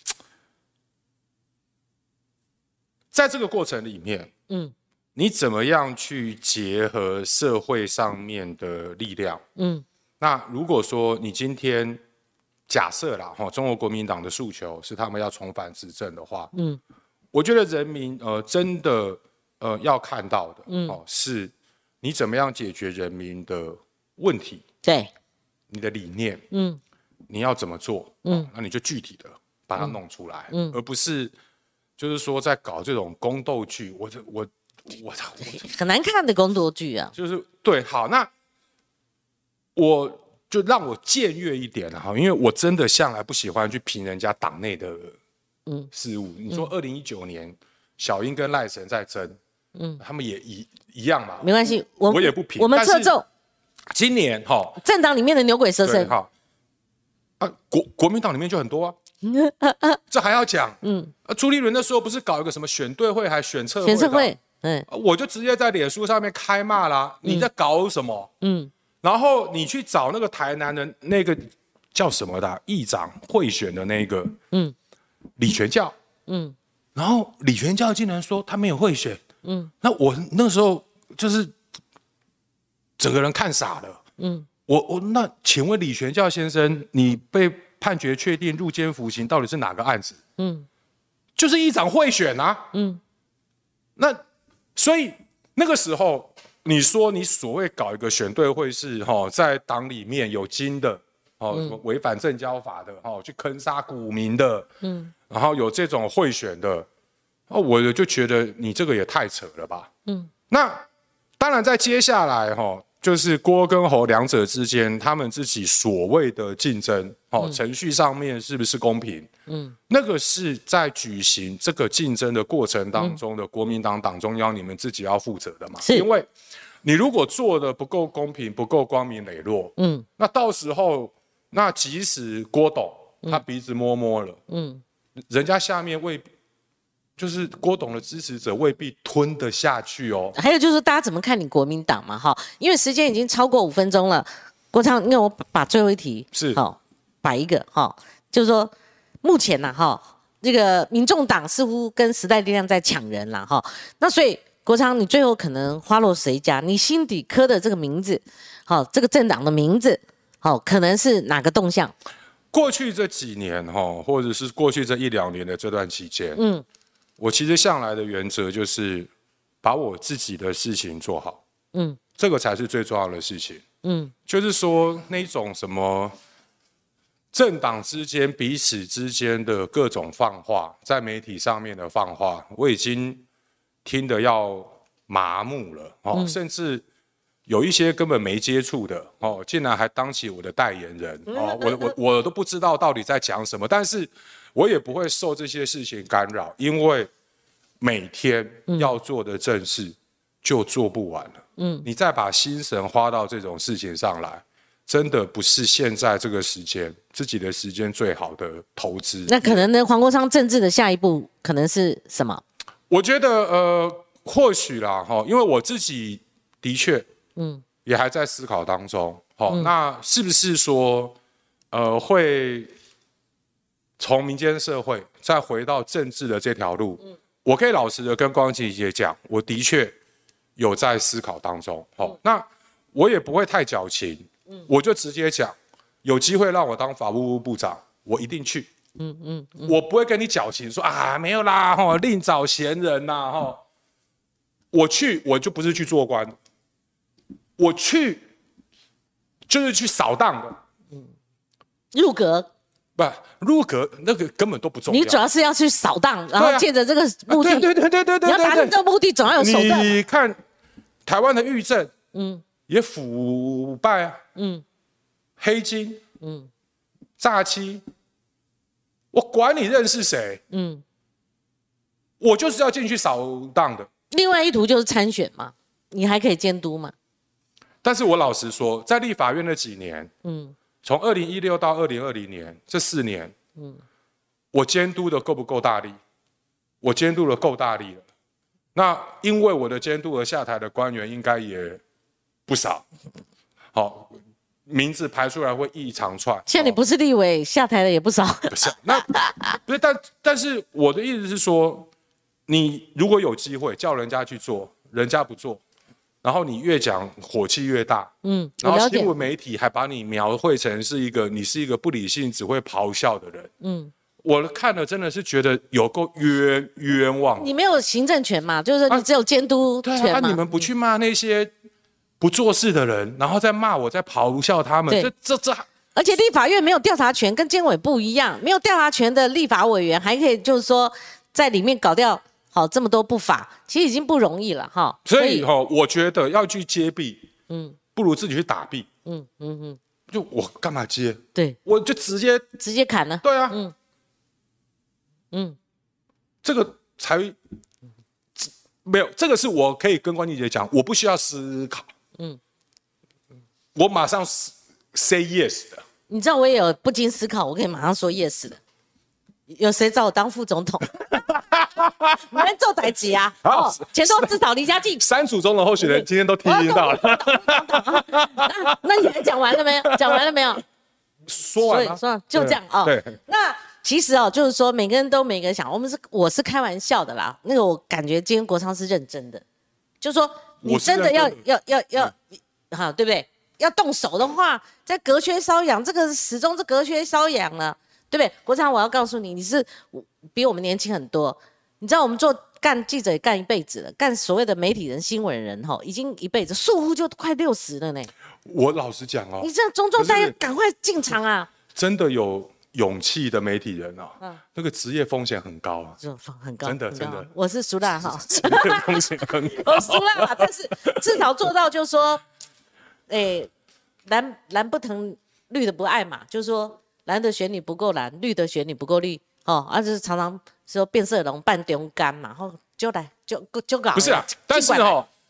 在这个过程里面，嗯，你怎么样去结合社会上面的力量？嗯，那如果说你今天假设啦，哈，中国国民党的诉求是他们要重返执政的话，嗯，我觉得人民呃真的呃要看到的，嗯，哦，是你怎么样解决人民的问题， 对， 你的理念，嗯，你要怎么做，嗯，哦、那你就具体的把它弄出来，嗯，而不是。就是说，在搞这种宫斗剧，我我我操， 很难看的宫斗剧啊。 就是对，好，那我就让我僭越一点哈，因为我真的向来不喜欢去评人家党内的嗯事务。嗯、你说二零一九年小英跟赖神在争，嗯，他们也一一样嘛， 没关系，我我也不评。 我们侧重今年哈， 政党里面的牛鬼蛇神， 哈啊，国国民党里面就很多啊。这还要讲？嗯，啊，朱立伦那时候不是搞一个什么选对会还选测会？ 选测会，嗯， 我就直接在脸书上面开骂啦！你在搞什么？嗯，然后你去找那个台南的那个叫什么的、啊、议长贿选的那个，嗯，李全教，嗯，然后李全教竟然说他没有贿选，嗯，那我那时候就是整个人看傻了，嗯，我我那请问李全教先生，你被判决确定入监服刑，到底是哪个案子？嗯，就是议长贿选啊。嗯，那所以那个时候，你说你所谓搞一个选对会是哈、哦，在党里面有金的哦，什么违反政交法的哦，去坑杀股民的，嗯，然后有这种贿选的，哦，我就觉得你这个也太扯了吧。嗯，那当然在接下来哈、哦。就是郭跟侯两者之间，他们自己所谓的竞争，哦，嗯、程序上面是不是公平？嗯，那个是在举行这个竞争的过程当中的国民党党中央，你们自己要负责的嘛？因为你如果做的不够公平、不够光明磊落，嗯，那到时候，那即使郭董他鼻子摸摸了，嗯，人家下面未必就是郭董的支持者未必吞得下去哦。 还有就是大家怎么看你国民党嘛？哈，因为时间已经超过五分钟了，国昌，因为我把最后一题是好摆一个哈，就是说目前呢哈，这个民众党似乎跟时代力量在抢人了哈，那所以。国昌，你最后可能花落谁家？你心底刻的这个名字，好、哦，这个政党的名字，好、哦，可能是哪个动向？ 过去这几年哈，或者是过去这一两年的这段期间，嗯，我其实向来的原则就是把我自己的事情做好，嗯，这个才是最重要的事情，嗯，就是说那种什么政党之间彼此之间的各种放话，在媒体上面的放话，我已经。听得要麻木了哦，嗯、甚至有一些根本没接触的哦，竟然还当起我的代言人哦，我我我都不知道到底在讲什么，但是我也不会受这些事情干扰，因为每天要做的正事就做不完了。嗯，你再把心神花到这种事情上来，真的不是现在这个时间自己的时间最好的投资。 那可能呢，黄国昌政治的下一步可能是什么？ 我觉得呃，或许啦哈，因为我自己的确，嗯，也还在思考当中。好、嗯，那是不是说，呃，会从民间社会再回到政治的这条路？嗯，我可以老实的跟光琪姐讲，我的确有在思考当中。好、嗯，那我也不会太矫情，嗯，我就直接讲，有机会让我当法务部部长，我一定去。嗯嗯，嗯我不会跟你矫情说啊，没有啦，吼，另找闲人呐，吼。我去，我就不是去做官，我去就是去扫荡的。 嗯，入阁不入阁那个根本都不重要。 你主要是要去扫荡，然后借着这个目的， 啊、对对对对对对， 你要达成这个目的，总要有手段。 你看台湾的狱政，嗯，也腐败啊，嗯，黑金，嗯，诈欺。我管你认识谁，嗯，我就是要进去扫荡的。 另外一途就是参选嘛，你还可以监督嘛。 但是我老实说，在立法院那几年，嗯，从二零一六到二零二零年这四年，嗯，我监督的够不够大力？我监督的够大力了。那因为我的监督而下台的官员应该也不少。好。名字排出来会一长串。 现在你不是立委，哦、下台的也不少。 不是，那不是，但但是我的意思是说，你如果有机会叫人家去做，人家不做，然后你越讲火气越大，嗯，然后新闻媒体还把你描绘成是一个你是一个不理性、只会咆哮的人，嗯，我看了真的是觉得有够冤冤枉。 你没有行政权嘛，就是你只有监督权嘛。 对啊，啊你们不去骂那些。不做事的人，然后再骂我，再咆哮他们，这这这， 而且立法院没有调查权，跟监委不一样，没有调查权的立法委员还可以就是说在里面搞掉好这么多不法，其实已经不容易了哈。 所以哈，我觉得要去接弊，嗯，不如自己去打弊，嗯嗯嗯，就我干嘛接？ 对， 我就直接直接砍了。 对啊，嗯嗯，这个才没有，这个是我可以跟关琪姐讲，我不需要思考。嗯，我马上 say yes 的。 你知道我也有不经思考，我可以马上说 yes 的。有谁找我当副总统？你们做代级啊！哦，钱都至少离家近。 三组中的候选人今天都听到了。 那那你还讲完了没有？讲完了没有？ 说完了， 说完就这样哦。 对。 那其实哦，就是说每个人都每个人想，我们是我是开玩笑的啦。那个我感觉今天国昌是认真的，就是说。你真的要要要要，好对不对？要动手的话，在隔靴搔痒，这个始终是隔靴搔痒了，对不对？国昌，我要告诉你，你是比我们年轻很多。你知道我们做干记者也干一辈子了，干所谓的媒体人、新闻人哈，已经一辈子，似乎就快六十了呢。 我老实讲哦， 你这中中大家赶快进场啊！ 真的有勇气的媒体人啊，嗯、那个职业风险很高啊， 很高， 真的真的。 我是苏辣哈， 职业风险很高。 我苏辣，但是至少做到就是说，哎，蓝蓝不疼，绿的不爱嘛，就是说蓝的选你不够蓝，绿的选你不够绿，哦，而、啊、就是常常说变色龙扮中干嘛，然后就来就就搞。 不是啊，但是哦，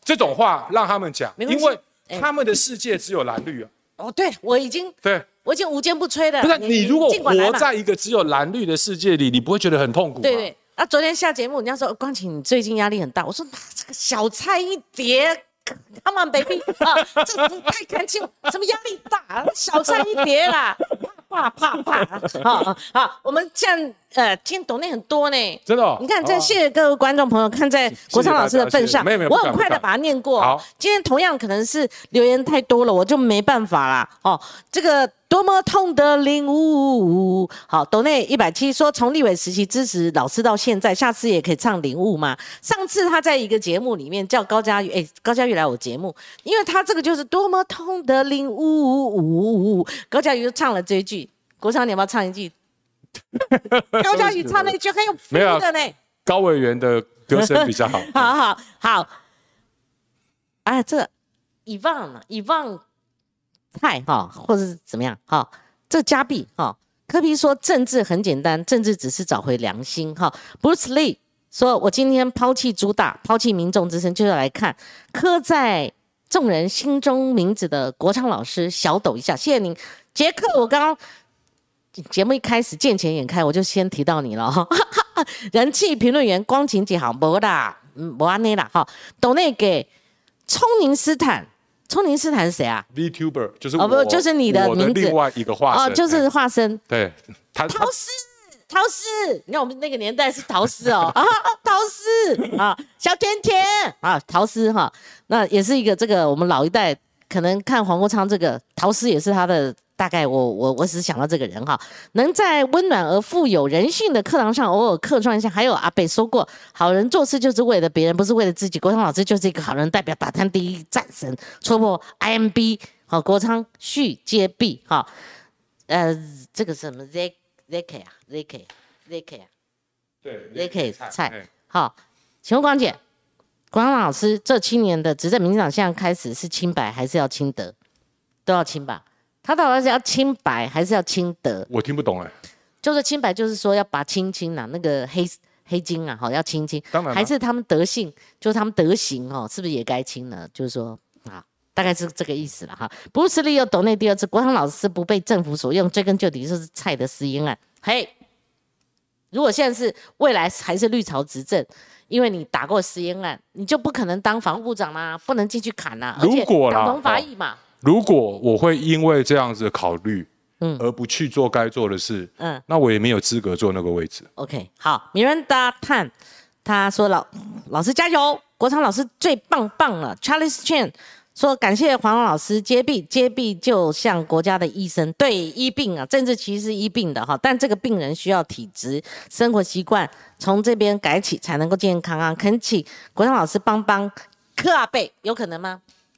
这种话让他们讲， 没关系因为他们的世界只有蓝绿啊。 哦，对我已经对， 我已经无坚不摧了。 不是你如果尽管来嘛活在一个只有蓝绿的世界里，你不会觉得很痛苦吗？ 对对。啊，昨天下节目，人家说光晴你最近压力很大，我说这个小菜一碟。Come on, baby！ 啊，这个太看清，什么压力大？小菜一碟啦，啪啪啪啪！好好，我们这样，呃，今天抖内很多呢， 真的、哦。 你看，这谢谢各位观众朋友，看在国昌老师的份上， 谢谢谢谢我很快的把它念过。 好， 今天同样可能是留言太多了，我就没办法啦。哦，这个多么痛的领悟。好，抖内一百七说，从立委时期支持老师到现在，下次也可以唱领悟吗？上次他在一个节目里面叫高嘉瑜，哎，高嘉瑜来我节目，因为他这个就是多么痛的领悟，高嘉瑜就唱了这一句。国昌，你要不要唱一句？高嘉瑜唱那句很有 feel 的呢。 高委员的歌声比较好。 好好好，哎，这以望以望菜哈，或者是怎么样哈？这加币哈，柯 P 说政治很简单，政治只是找回良心哈。Bruce Lee 说，我今天抛弃朱大，抛弃民众之声，就是来看刻在众人心中名字的国昌老师，小抖一下，谢谢您，杰克。我刚刚节目一开始见钱眼开，我就先提到你了哈。人气评论员光晴姐好，没啦，没安内啦哈。抖内给聪宁斯坦，聪宁斯坦是谁啊 ？VTuber 就是我， 哦不，就是你的名字， 另外一个化身哦，就是化身。 对，他陶斯，陶斯，你看我们那个年代是陶斯哦，啊，陶斯啊，小甜甜啊，陶斯哈，那也是一个这个我们老一代可能看黄国昌这个陶斯也是他的。大概我我我只是想到这个人哈，能在温暖而富有人性的课堂上偶尔客串一下。还有阿北说过，好人做事就是为了别人，不是为了自己。国昌老师就是一个好人，代表打探第一战神，戳破 I M B 好，国昌续接臂哈，呃，这个是什么 Z ZK 啊 ZK ZK 啊， 对 ZK 菜好，请问光姐，国昌老师这七年的执政，民进党现在开始是清白还是要清德？都要清吧？他到底是要清白还是要清德？ 我听不懂哎、欸。 就是清白，就是说要把清清啊，那个黑黑金啊，好要清清。 当然。 还是他们德性，就是他们德行哦，是不是也该清了？就是说啊，大概是这个意思了哈。不是利用抖内第二次，国昌老师不被政府所用，追根究底就是蔡的私烟案。嘿，如果现在是未来还是绿潮执政，因为你打过私烟案，你就不可能当防务部长啦，不能进去砍啦。 如果啦， 党同伐异嘛。哦如果我会因为这样子的考虑，嗯，而不去做该做的事，嗯，那我也没有资格坐那个位置。 OK， 好，米兰达探他说老老师加油，国昌老师最棒棒了。Charles Chen 说感谢黄老师接臂，接臂就像国家的医生，对医病啊，政治其实是医病的哈，但这个病人需要体质、生活习惯从这边改起，才能够健健康康。恳请国昌老师帮帮柯阿贝，有可能吗？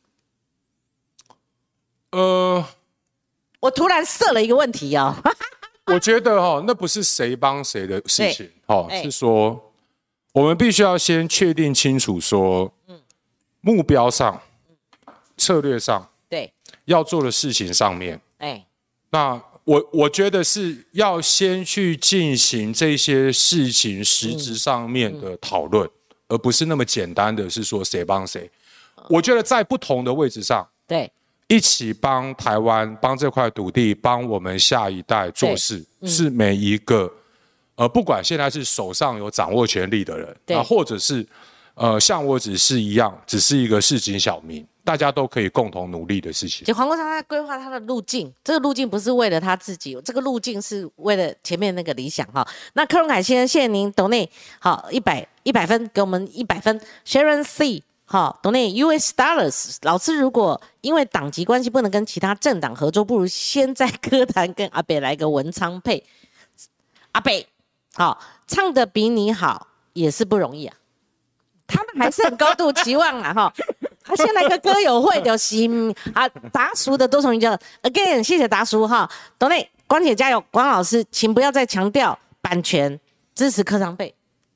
呃， 我突然设了一个问题哦， 我觉得哈、哦，那不是谁帮谁的事情，哦， 欸、 是说我们必须要先确定清楚说，嗯，目标上、嗯、策略上， 对， 要做的事情上面，哎、 欸， 那我我觉得是要先去进行这些事情实质上面的讨论，嗯嗯、而不是那么简单的是说谁帮谁。我觉得在不同的位置上， 对。 一起帮台湾、帮这块土地、帮我们下一代做事，嗯、是每一个呃，不管现在是手上有掌握权力的人，啊，或者是呃，像我只是一样，只是一个市井小民，大家都可以共同努力的事情。 就黄国昌他规划他的路径，这个路径不是为了他自己，这个路径是为了前面那个理想哈。那柯荣凯先生，谢谢您抖内好一百一百分，给我们一百分。Sharon C。好，懂内 U S dollars 老师，如果因为党籍关系不能跟其他政党合作，不如先在歌坛跟阿北来个文昌配。阿北，好，唱得比你好也是不容易啊。他们还是很高度期望啊，哈。他先来个歌友会就是啊，达叔的多重宇宙 again， 谢谢达叔哈。懂内，光姐加油，光老师，请不要再强调版权，支持柯昌配。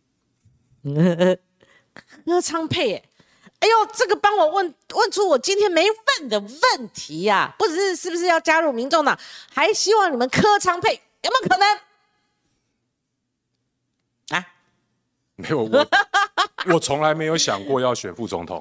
柯昌配耶。哎呦，这个帮我问问出我今天没问的问题呀、啊！不只是是不是要加入民众党，还希望你们柯昌配，有没有可能？啊？ 没有，我我从来没有想过要选副总统。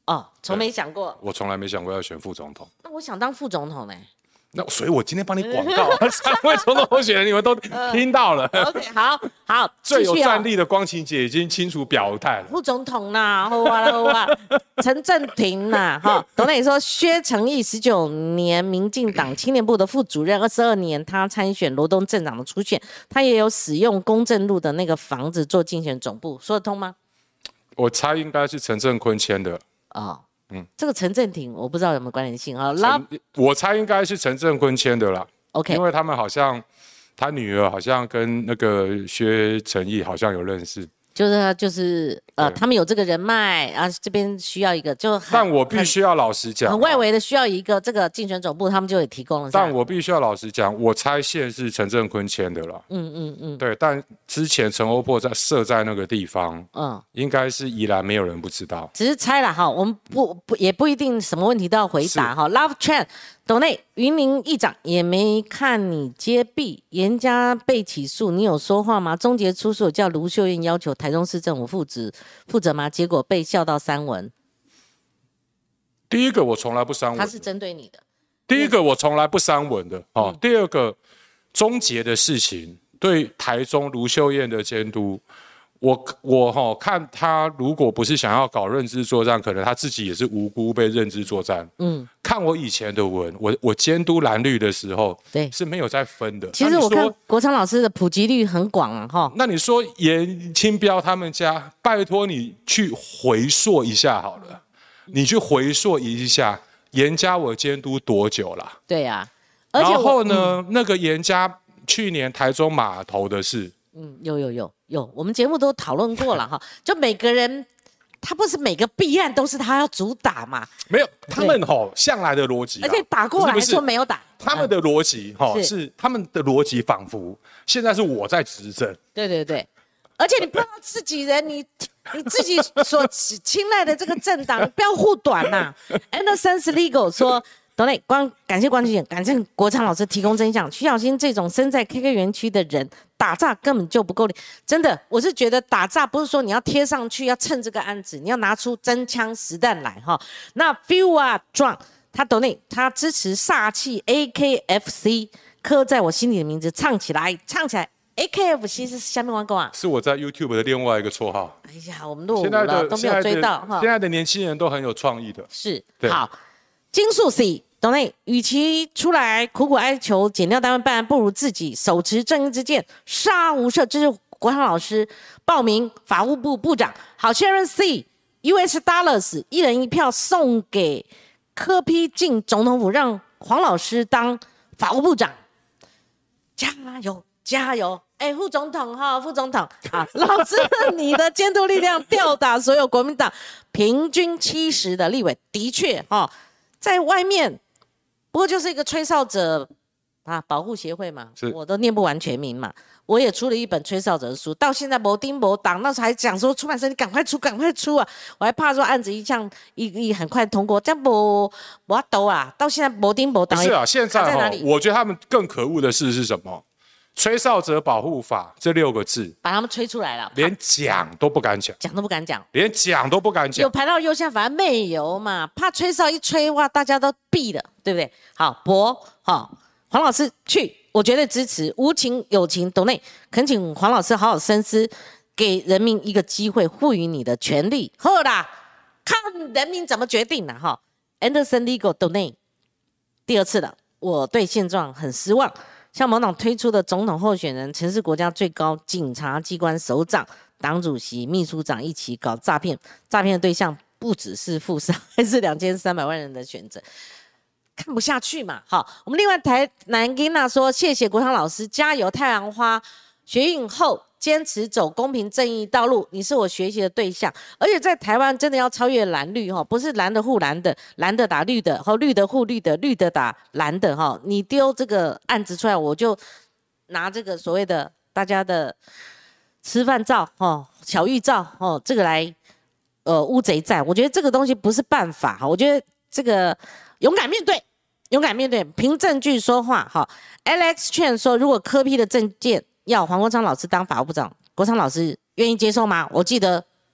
哦，从没想过。 我从来没想过要选副总统。 那我想当副总统呢。 那所以，我今天帮你广告，三位总统候选人你们都听到了。 OK， 好好， 最有战力的光晴姐已经清楚表态了。 副总统啦，好啊好啊，陈振廷啦，哈，董磊说薛成义十九年民进党青年部的副主任，二十二年他参选罗东镇长的初选，他也有使用公正路的那个房子做竞选总部，说得通吗？ 我猜应该是陈振坤签的。 哦。嗯，这个陈振廷我不知道有没有关联性啊。 我猜应该是陈振坤签的啦。 OK， 因为他们好像他女儿好像跟那个薛成义好像有认识。 就是就是呃，他们有这个人脉啊，这边需要一个就很， 但我必须要老实讲， 很外围的需要一个这个竞选总部，他们就也提供了。 但我必须要老实讲，我猜线是陈振坤签的啦。嗯嗯嗯，对。但之前陈欧珀在设在那个地方，嗯，应该是宜兰没有人不知道， 只是猜了哈。我们不不也不一定什么问题都要回答哈。Love Chan。斗内云林议长也没看你揭弊，严家被起诉，你有说话吗？终结出诉叫卢秀燕要求台中市政府负责负责吗？结果被笑到删文。 第一个我从来不删文， 他是针对你的。 第一个我从来不删文的，哦。嗯、第二个终结的事情对台中卢秀燕的监督。我我哈、哦、看他如果不是想要搞认知作战，可能他自己也是无辜被认知作战。嗯，看我以前的文，我我监督蓝绿的时候，对是没有在分的。 其实我看国昌老师的普及率很广啊，哈。 那你说严清标他们家，拜托你去回溯一下好了，你去回溯一下严家我监督多久了？ 对呀、 啊，然后呢，嗯、那个严家去年台中码头的事。 嗯，有有有有，我们节目都讨论过了哈。就每个人，他不是每个弊案都是他要主打嘛？ 没有，他们吼向来的逻辑、啊， 而且打过来还说没有打。 他们的逻辑哈、嗯、是他们的逻辑，仿佛现在是我在执政。 对对对，而且你不要自己人，你你自己所青睐的这个政党，你不要护短呐、啊。Anderson Legal 说。董磊，关感谢关注点，感谢国昌老师提供真相。徐小新这种身在 K K 园区的人，打诈根本就不够力。真的，我是觉得打诈不是说你要贴上去，要蹭这个案子，你要拿出真枪实弹来哈。那 Feel 啊壮，他董磊，他支持煞气 A K F C， 刻在我心里的名字，唱起来，唱起来。A K F C 是下面玩狗啊？ 是我在 YouTube 的另外一个绰号。 哎呀，我们落伍了，都没有追到哈。 现在的年轻人都很有创意的。 是，好，金素 C。董内，与其出来苦苦哀求检调单位办案，不如自己手持正义之剑，杀无赦。这是国昌老师报名法务部部长。好 ，Sharon C U S Dollars 一人一票送给柯 P 进总统府，让黄老师当法务部长。加油，加油！哎，副总统哈，副总统啊，老师，你的监督力量吊打所有国民党平均七十的立委，的确哈，在外面。不过就是一个吹哨者啊，保护协会嘛，我都念不完全名嘛。我也出了一本吹哨者的书，到现在没丁没档，那时候还讲说出版社你赶快出，赶快出啊！我还怕说案子一项一一很快通过，这样不不都啊？到现在没丁没档。 是啊，现在哈，我觉得他们更可恶的事是什么？吹哨者保护法这六个字， 把他们吹出来了， 连讲都不敢讲， 讲都不敢讲， 连讲都不敢讲。 有排到右下，反正没有嘛，怕吹哨一吹哇，大家都毙了，对不对？好，博好，黄老师去，我绝对支持，无情有情，斗内恳请黄老师好好深思，给人民一个机会，赋予你的权利。好啦，看人民怎么决定啦哈。Anderson Legal 斗内第二次了，我对现状很失望。像某党推出的总统候选人，曾是国家最高警察机关首长、党主席、秘书长一起搞诈骗，诈骗的对象不只是富商，还是两千三百万人的选择，看不下去嘛。好，我们另外台南金娜说，谢谢国昌老师，加油！太阳花学运后坚持走公平正义道路，你是我学习的对象。而且在台湾真的要超越蓝绿哈，不是蓝的护蓝的，蓝的打绿的，和绿的护绿的，绿的打蓝的哈。你丢这个案子出来，我就拿这个所谓的大家的吃饭照哈、巧遇照哦，这个来呃乌贼战。我觉得这个东西不是办法哈，我觉得这个勇敢面对，勇敢面对，凭证据说话哈。Alex 劝说，如果柯 P 的政见要黄国昌老师当法务部长，国昌老师愿意接受吗？我记得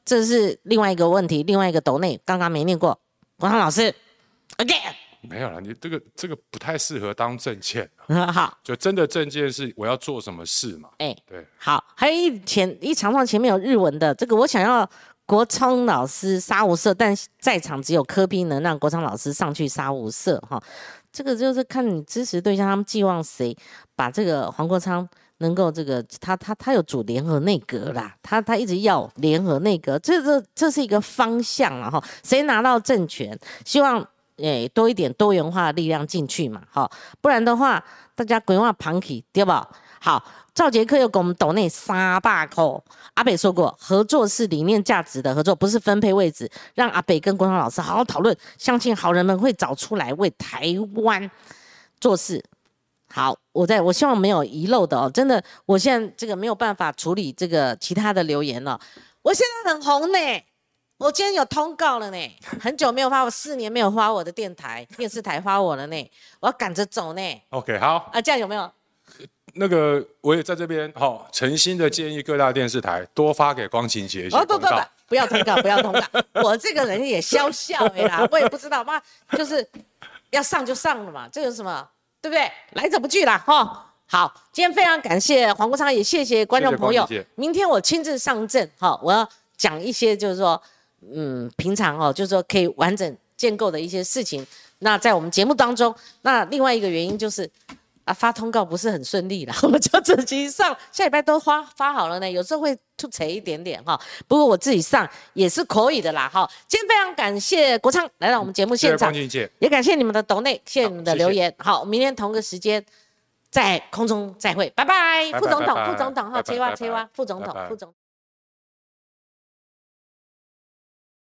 这是另外一个问题，另外一个斗内刚刚没念过，国昌老师 ，again。 没有了，你这个这个不太适合当政见。 好， 就真的政见是我要做什么事嘛？ 哎、 对， 好，还有一前一长串前面有日文的，这个我想要国昌老师杀无赦，但在场只有柯 P 能让国昌老师上去杀无赦哈。这个就是看你支持对象，他们寄望谁把这个黄国昌能够这个他他他有组联合内阁啦，他他一直要联合内阁，这这这是一个方向啊哈，谁拿到政权，希望。诶，多一点多元化的力量进去嘛，好，不然的话，大家规划旁起，对吧？好，赵杰克又给我们抖内三百块。阿北说过，合作是理念价值的合作，不是分配位置。让阿北跟国昌老师好好讨论，相信好人们会找出来为台湾做事。好，我在我希望没有遗漏的哦，真的，我现在这个没有办法处理这个其他的留言了，我现在很红呢。我今天有通告了呢，很久没有发，我四年没有发我的电台、电视台发我了呢，我要赶着走呢。 OK， 好啊，这样有没有？ 那个我也在这边好、哦、诚心的建议各大电视台多发给光晴姐一些哦，不不不，不要通告，不要通告。我这个人也笑笑哎啦，我也不知道嘛，就是要上就上了嘛，这有什么，对不对？来者不拒啦，哈、哦。好，今天非常感谢黄国昌，也谢谢观众朋友。 谢谢明天我亲自上阵，哈、哦，我要讲一些就是说。嗯，平常哦，就是说可以完整建构的一些事情。那在我们节目当中，那另外一个原因就是啊，发通告不是很顺利啦，我们就自己上，下礼拜都发发好了呢，有时候会突扯一点点哈。不过我自己上也是可以的啦哈。今天非常感谢国昌来到我们节目现场， 谢谢也感谢你们的抖内，谢谢你们的留言。好，明天同个时间在空中再会，拜拜，副总统，副总统哈，切哇切哇，副总统，副总。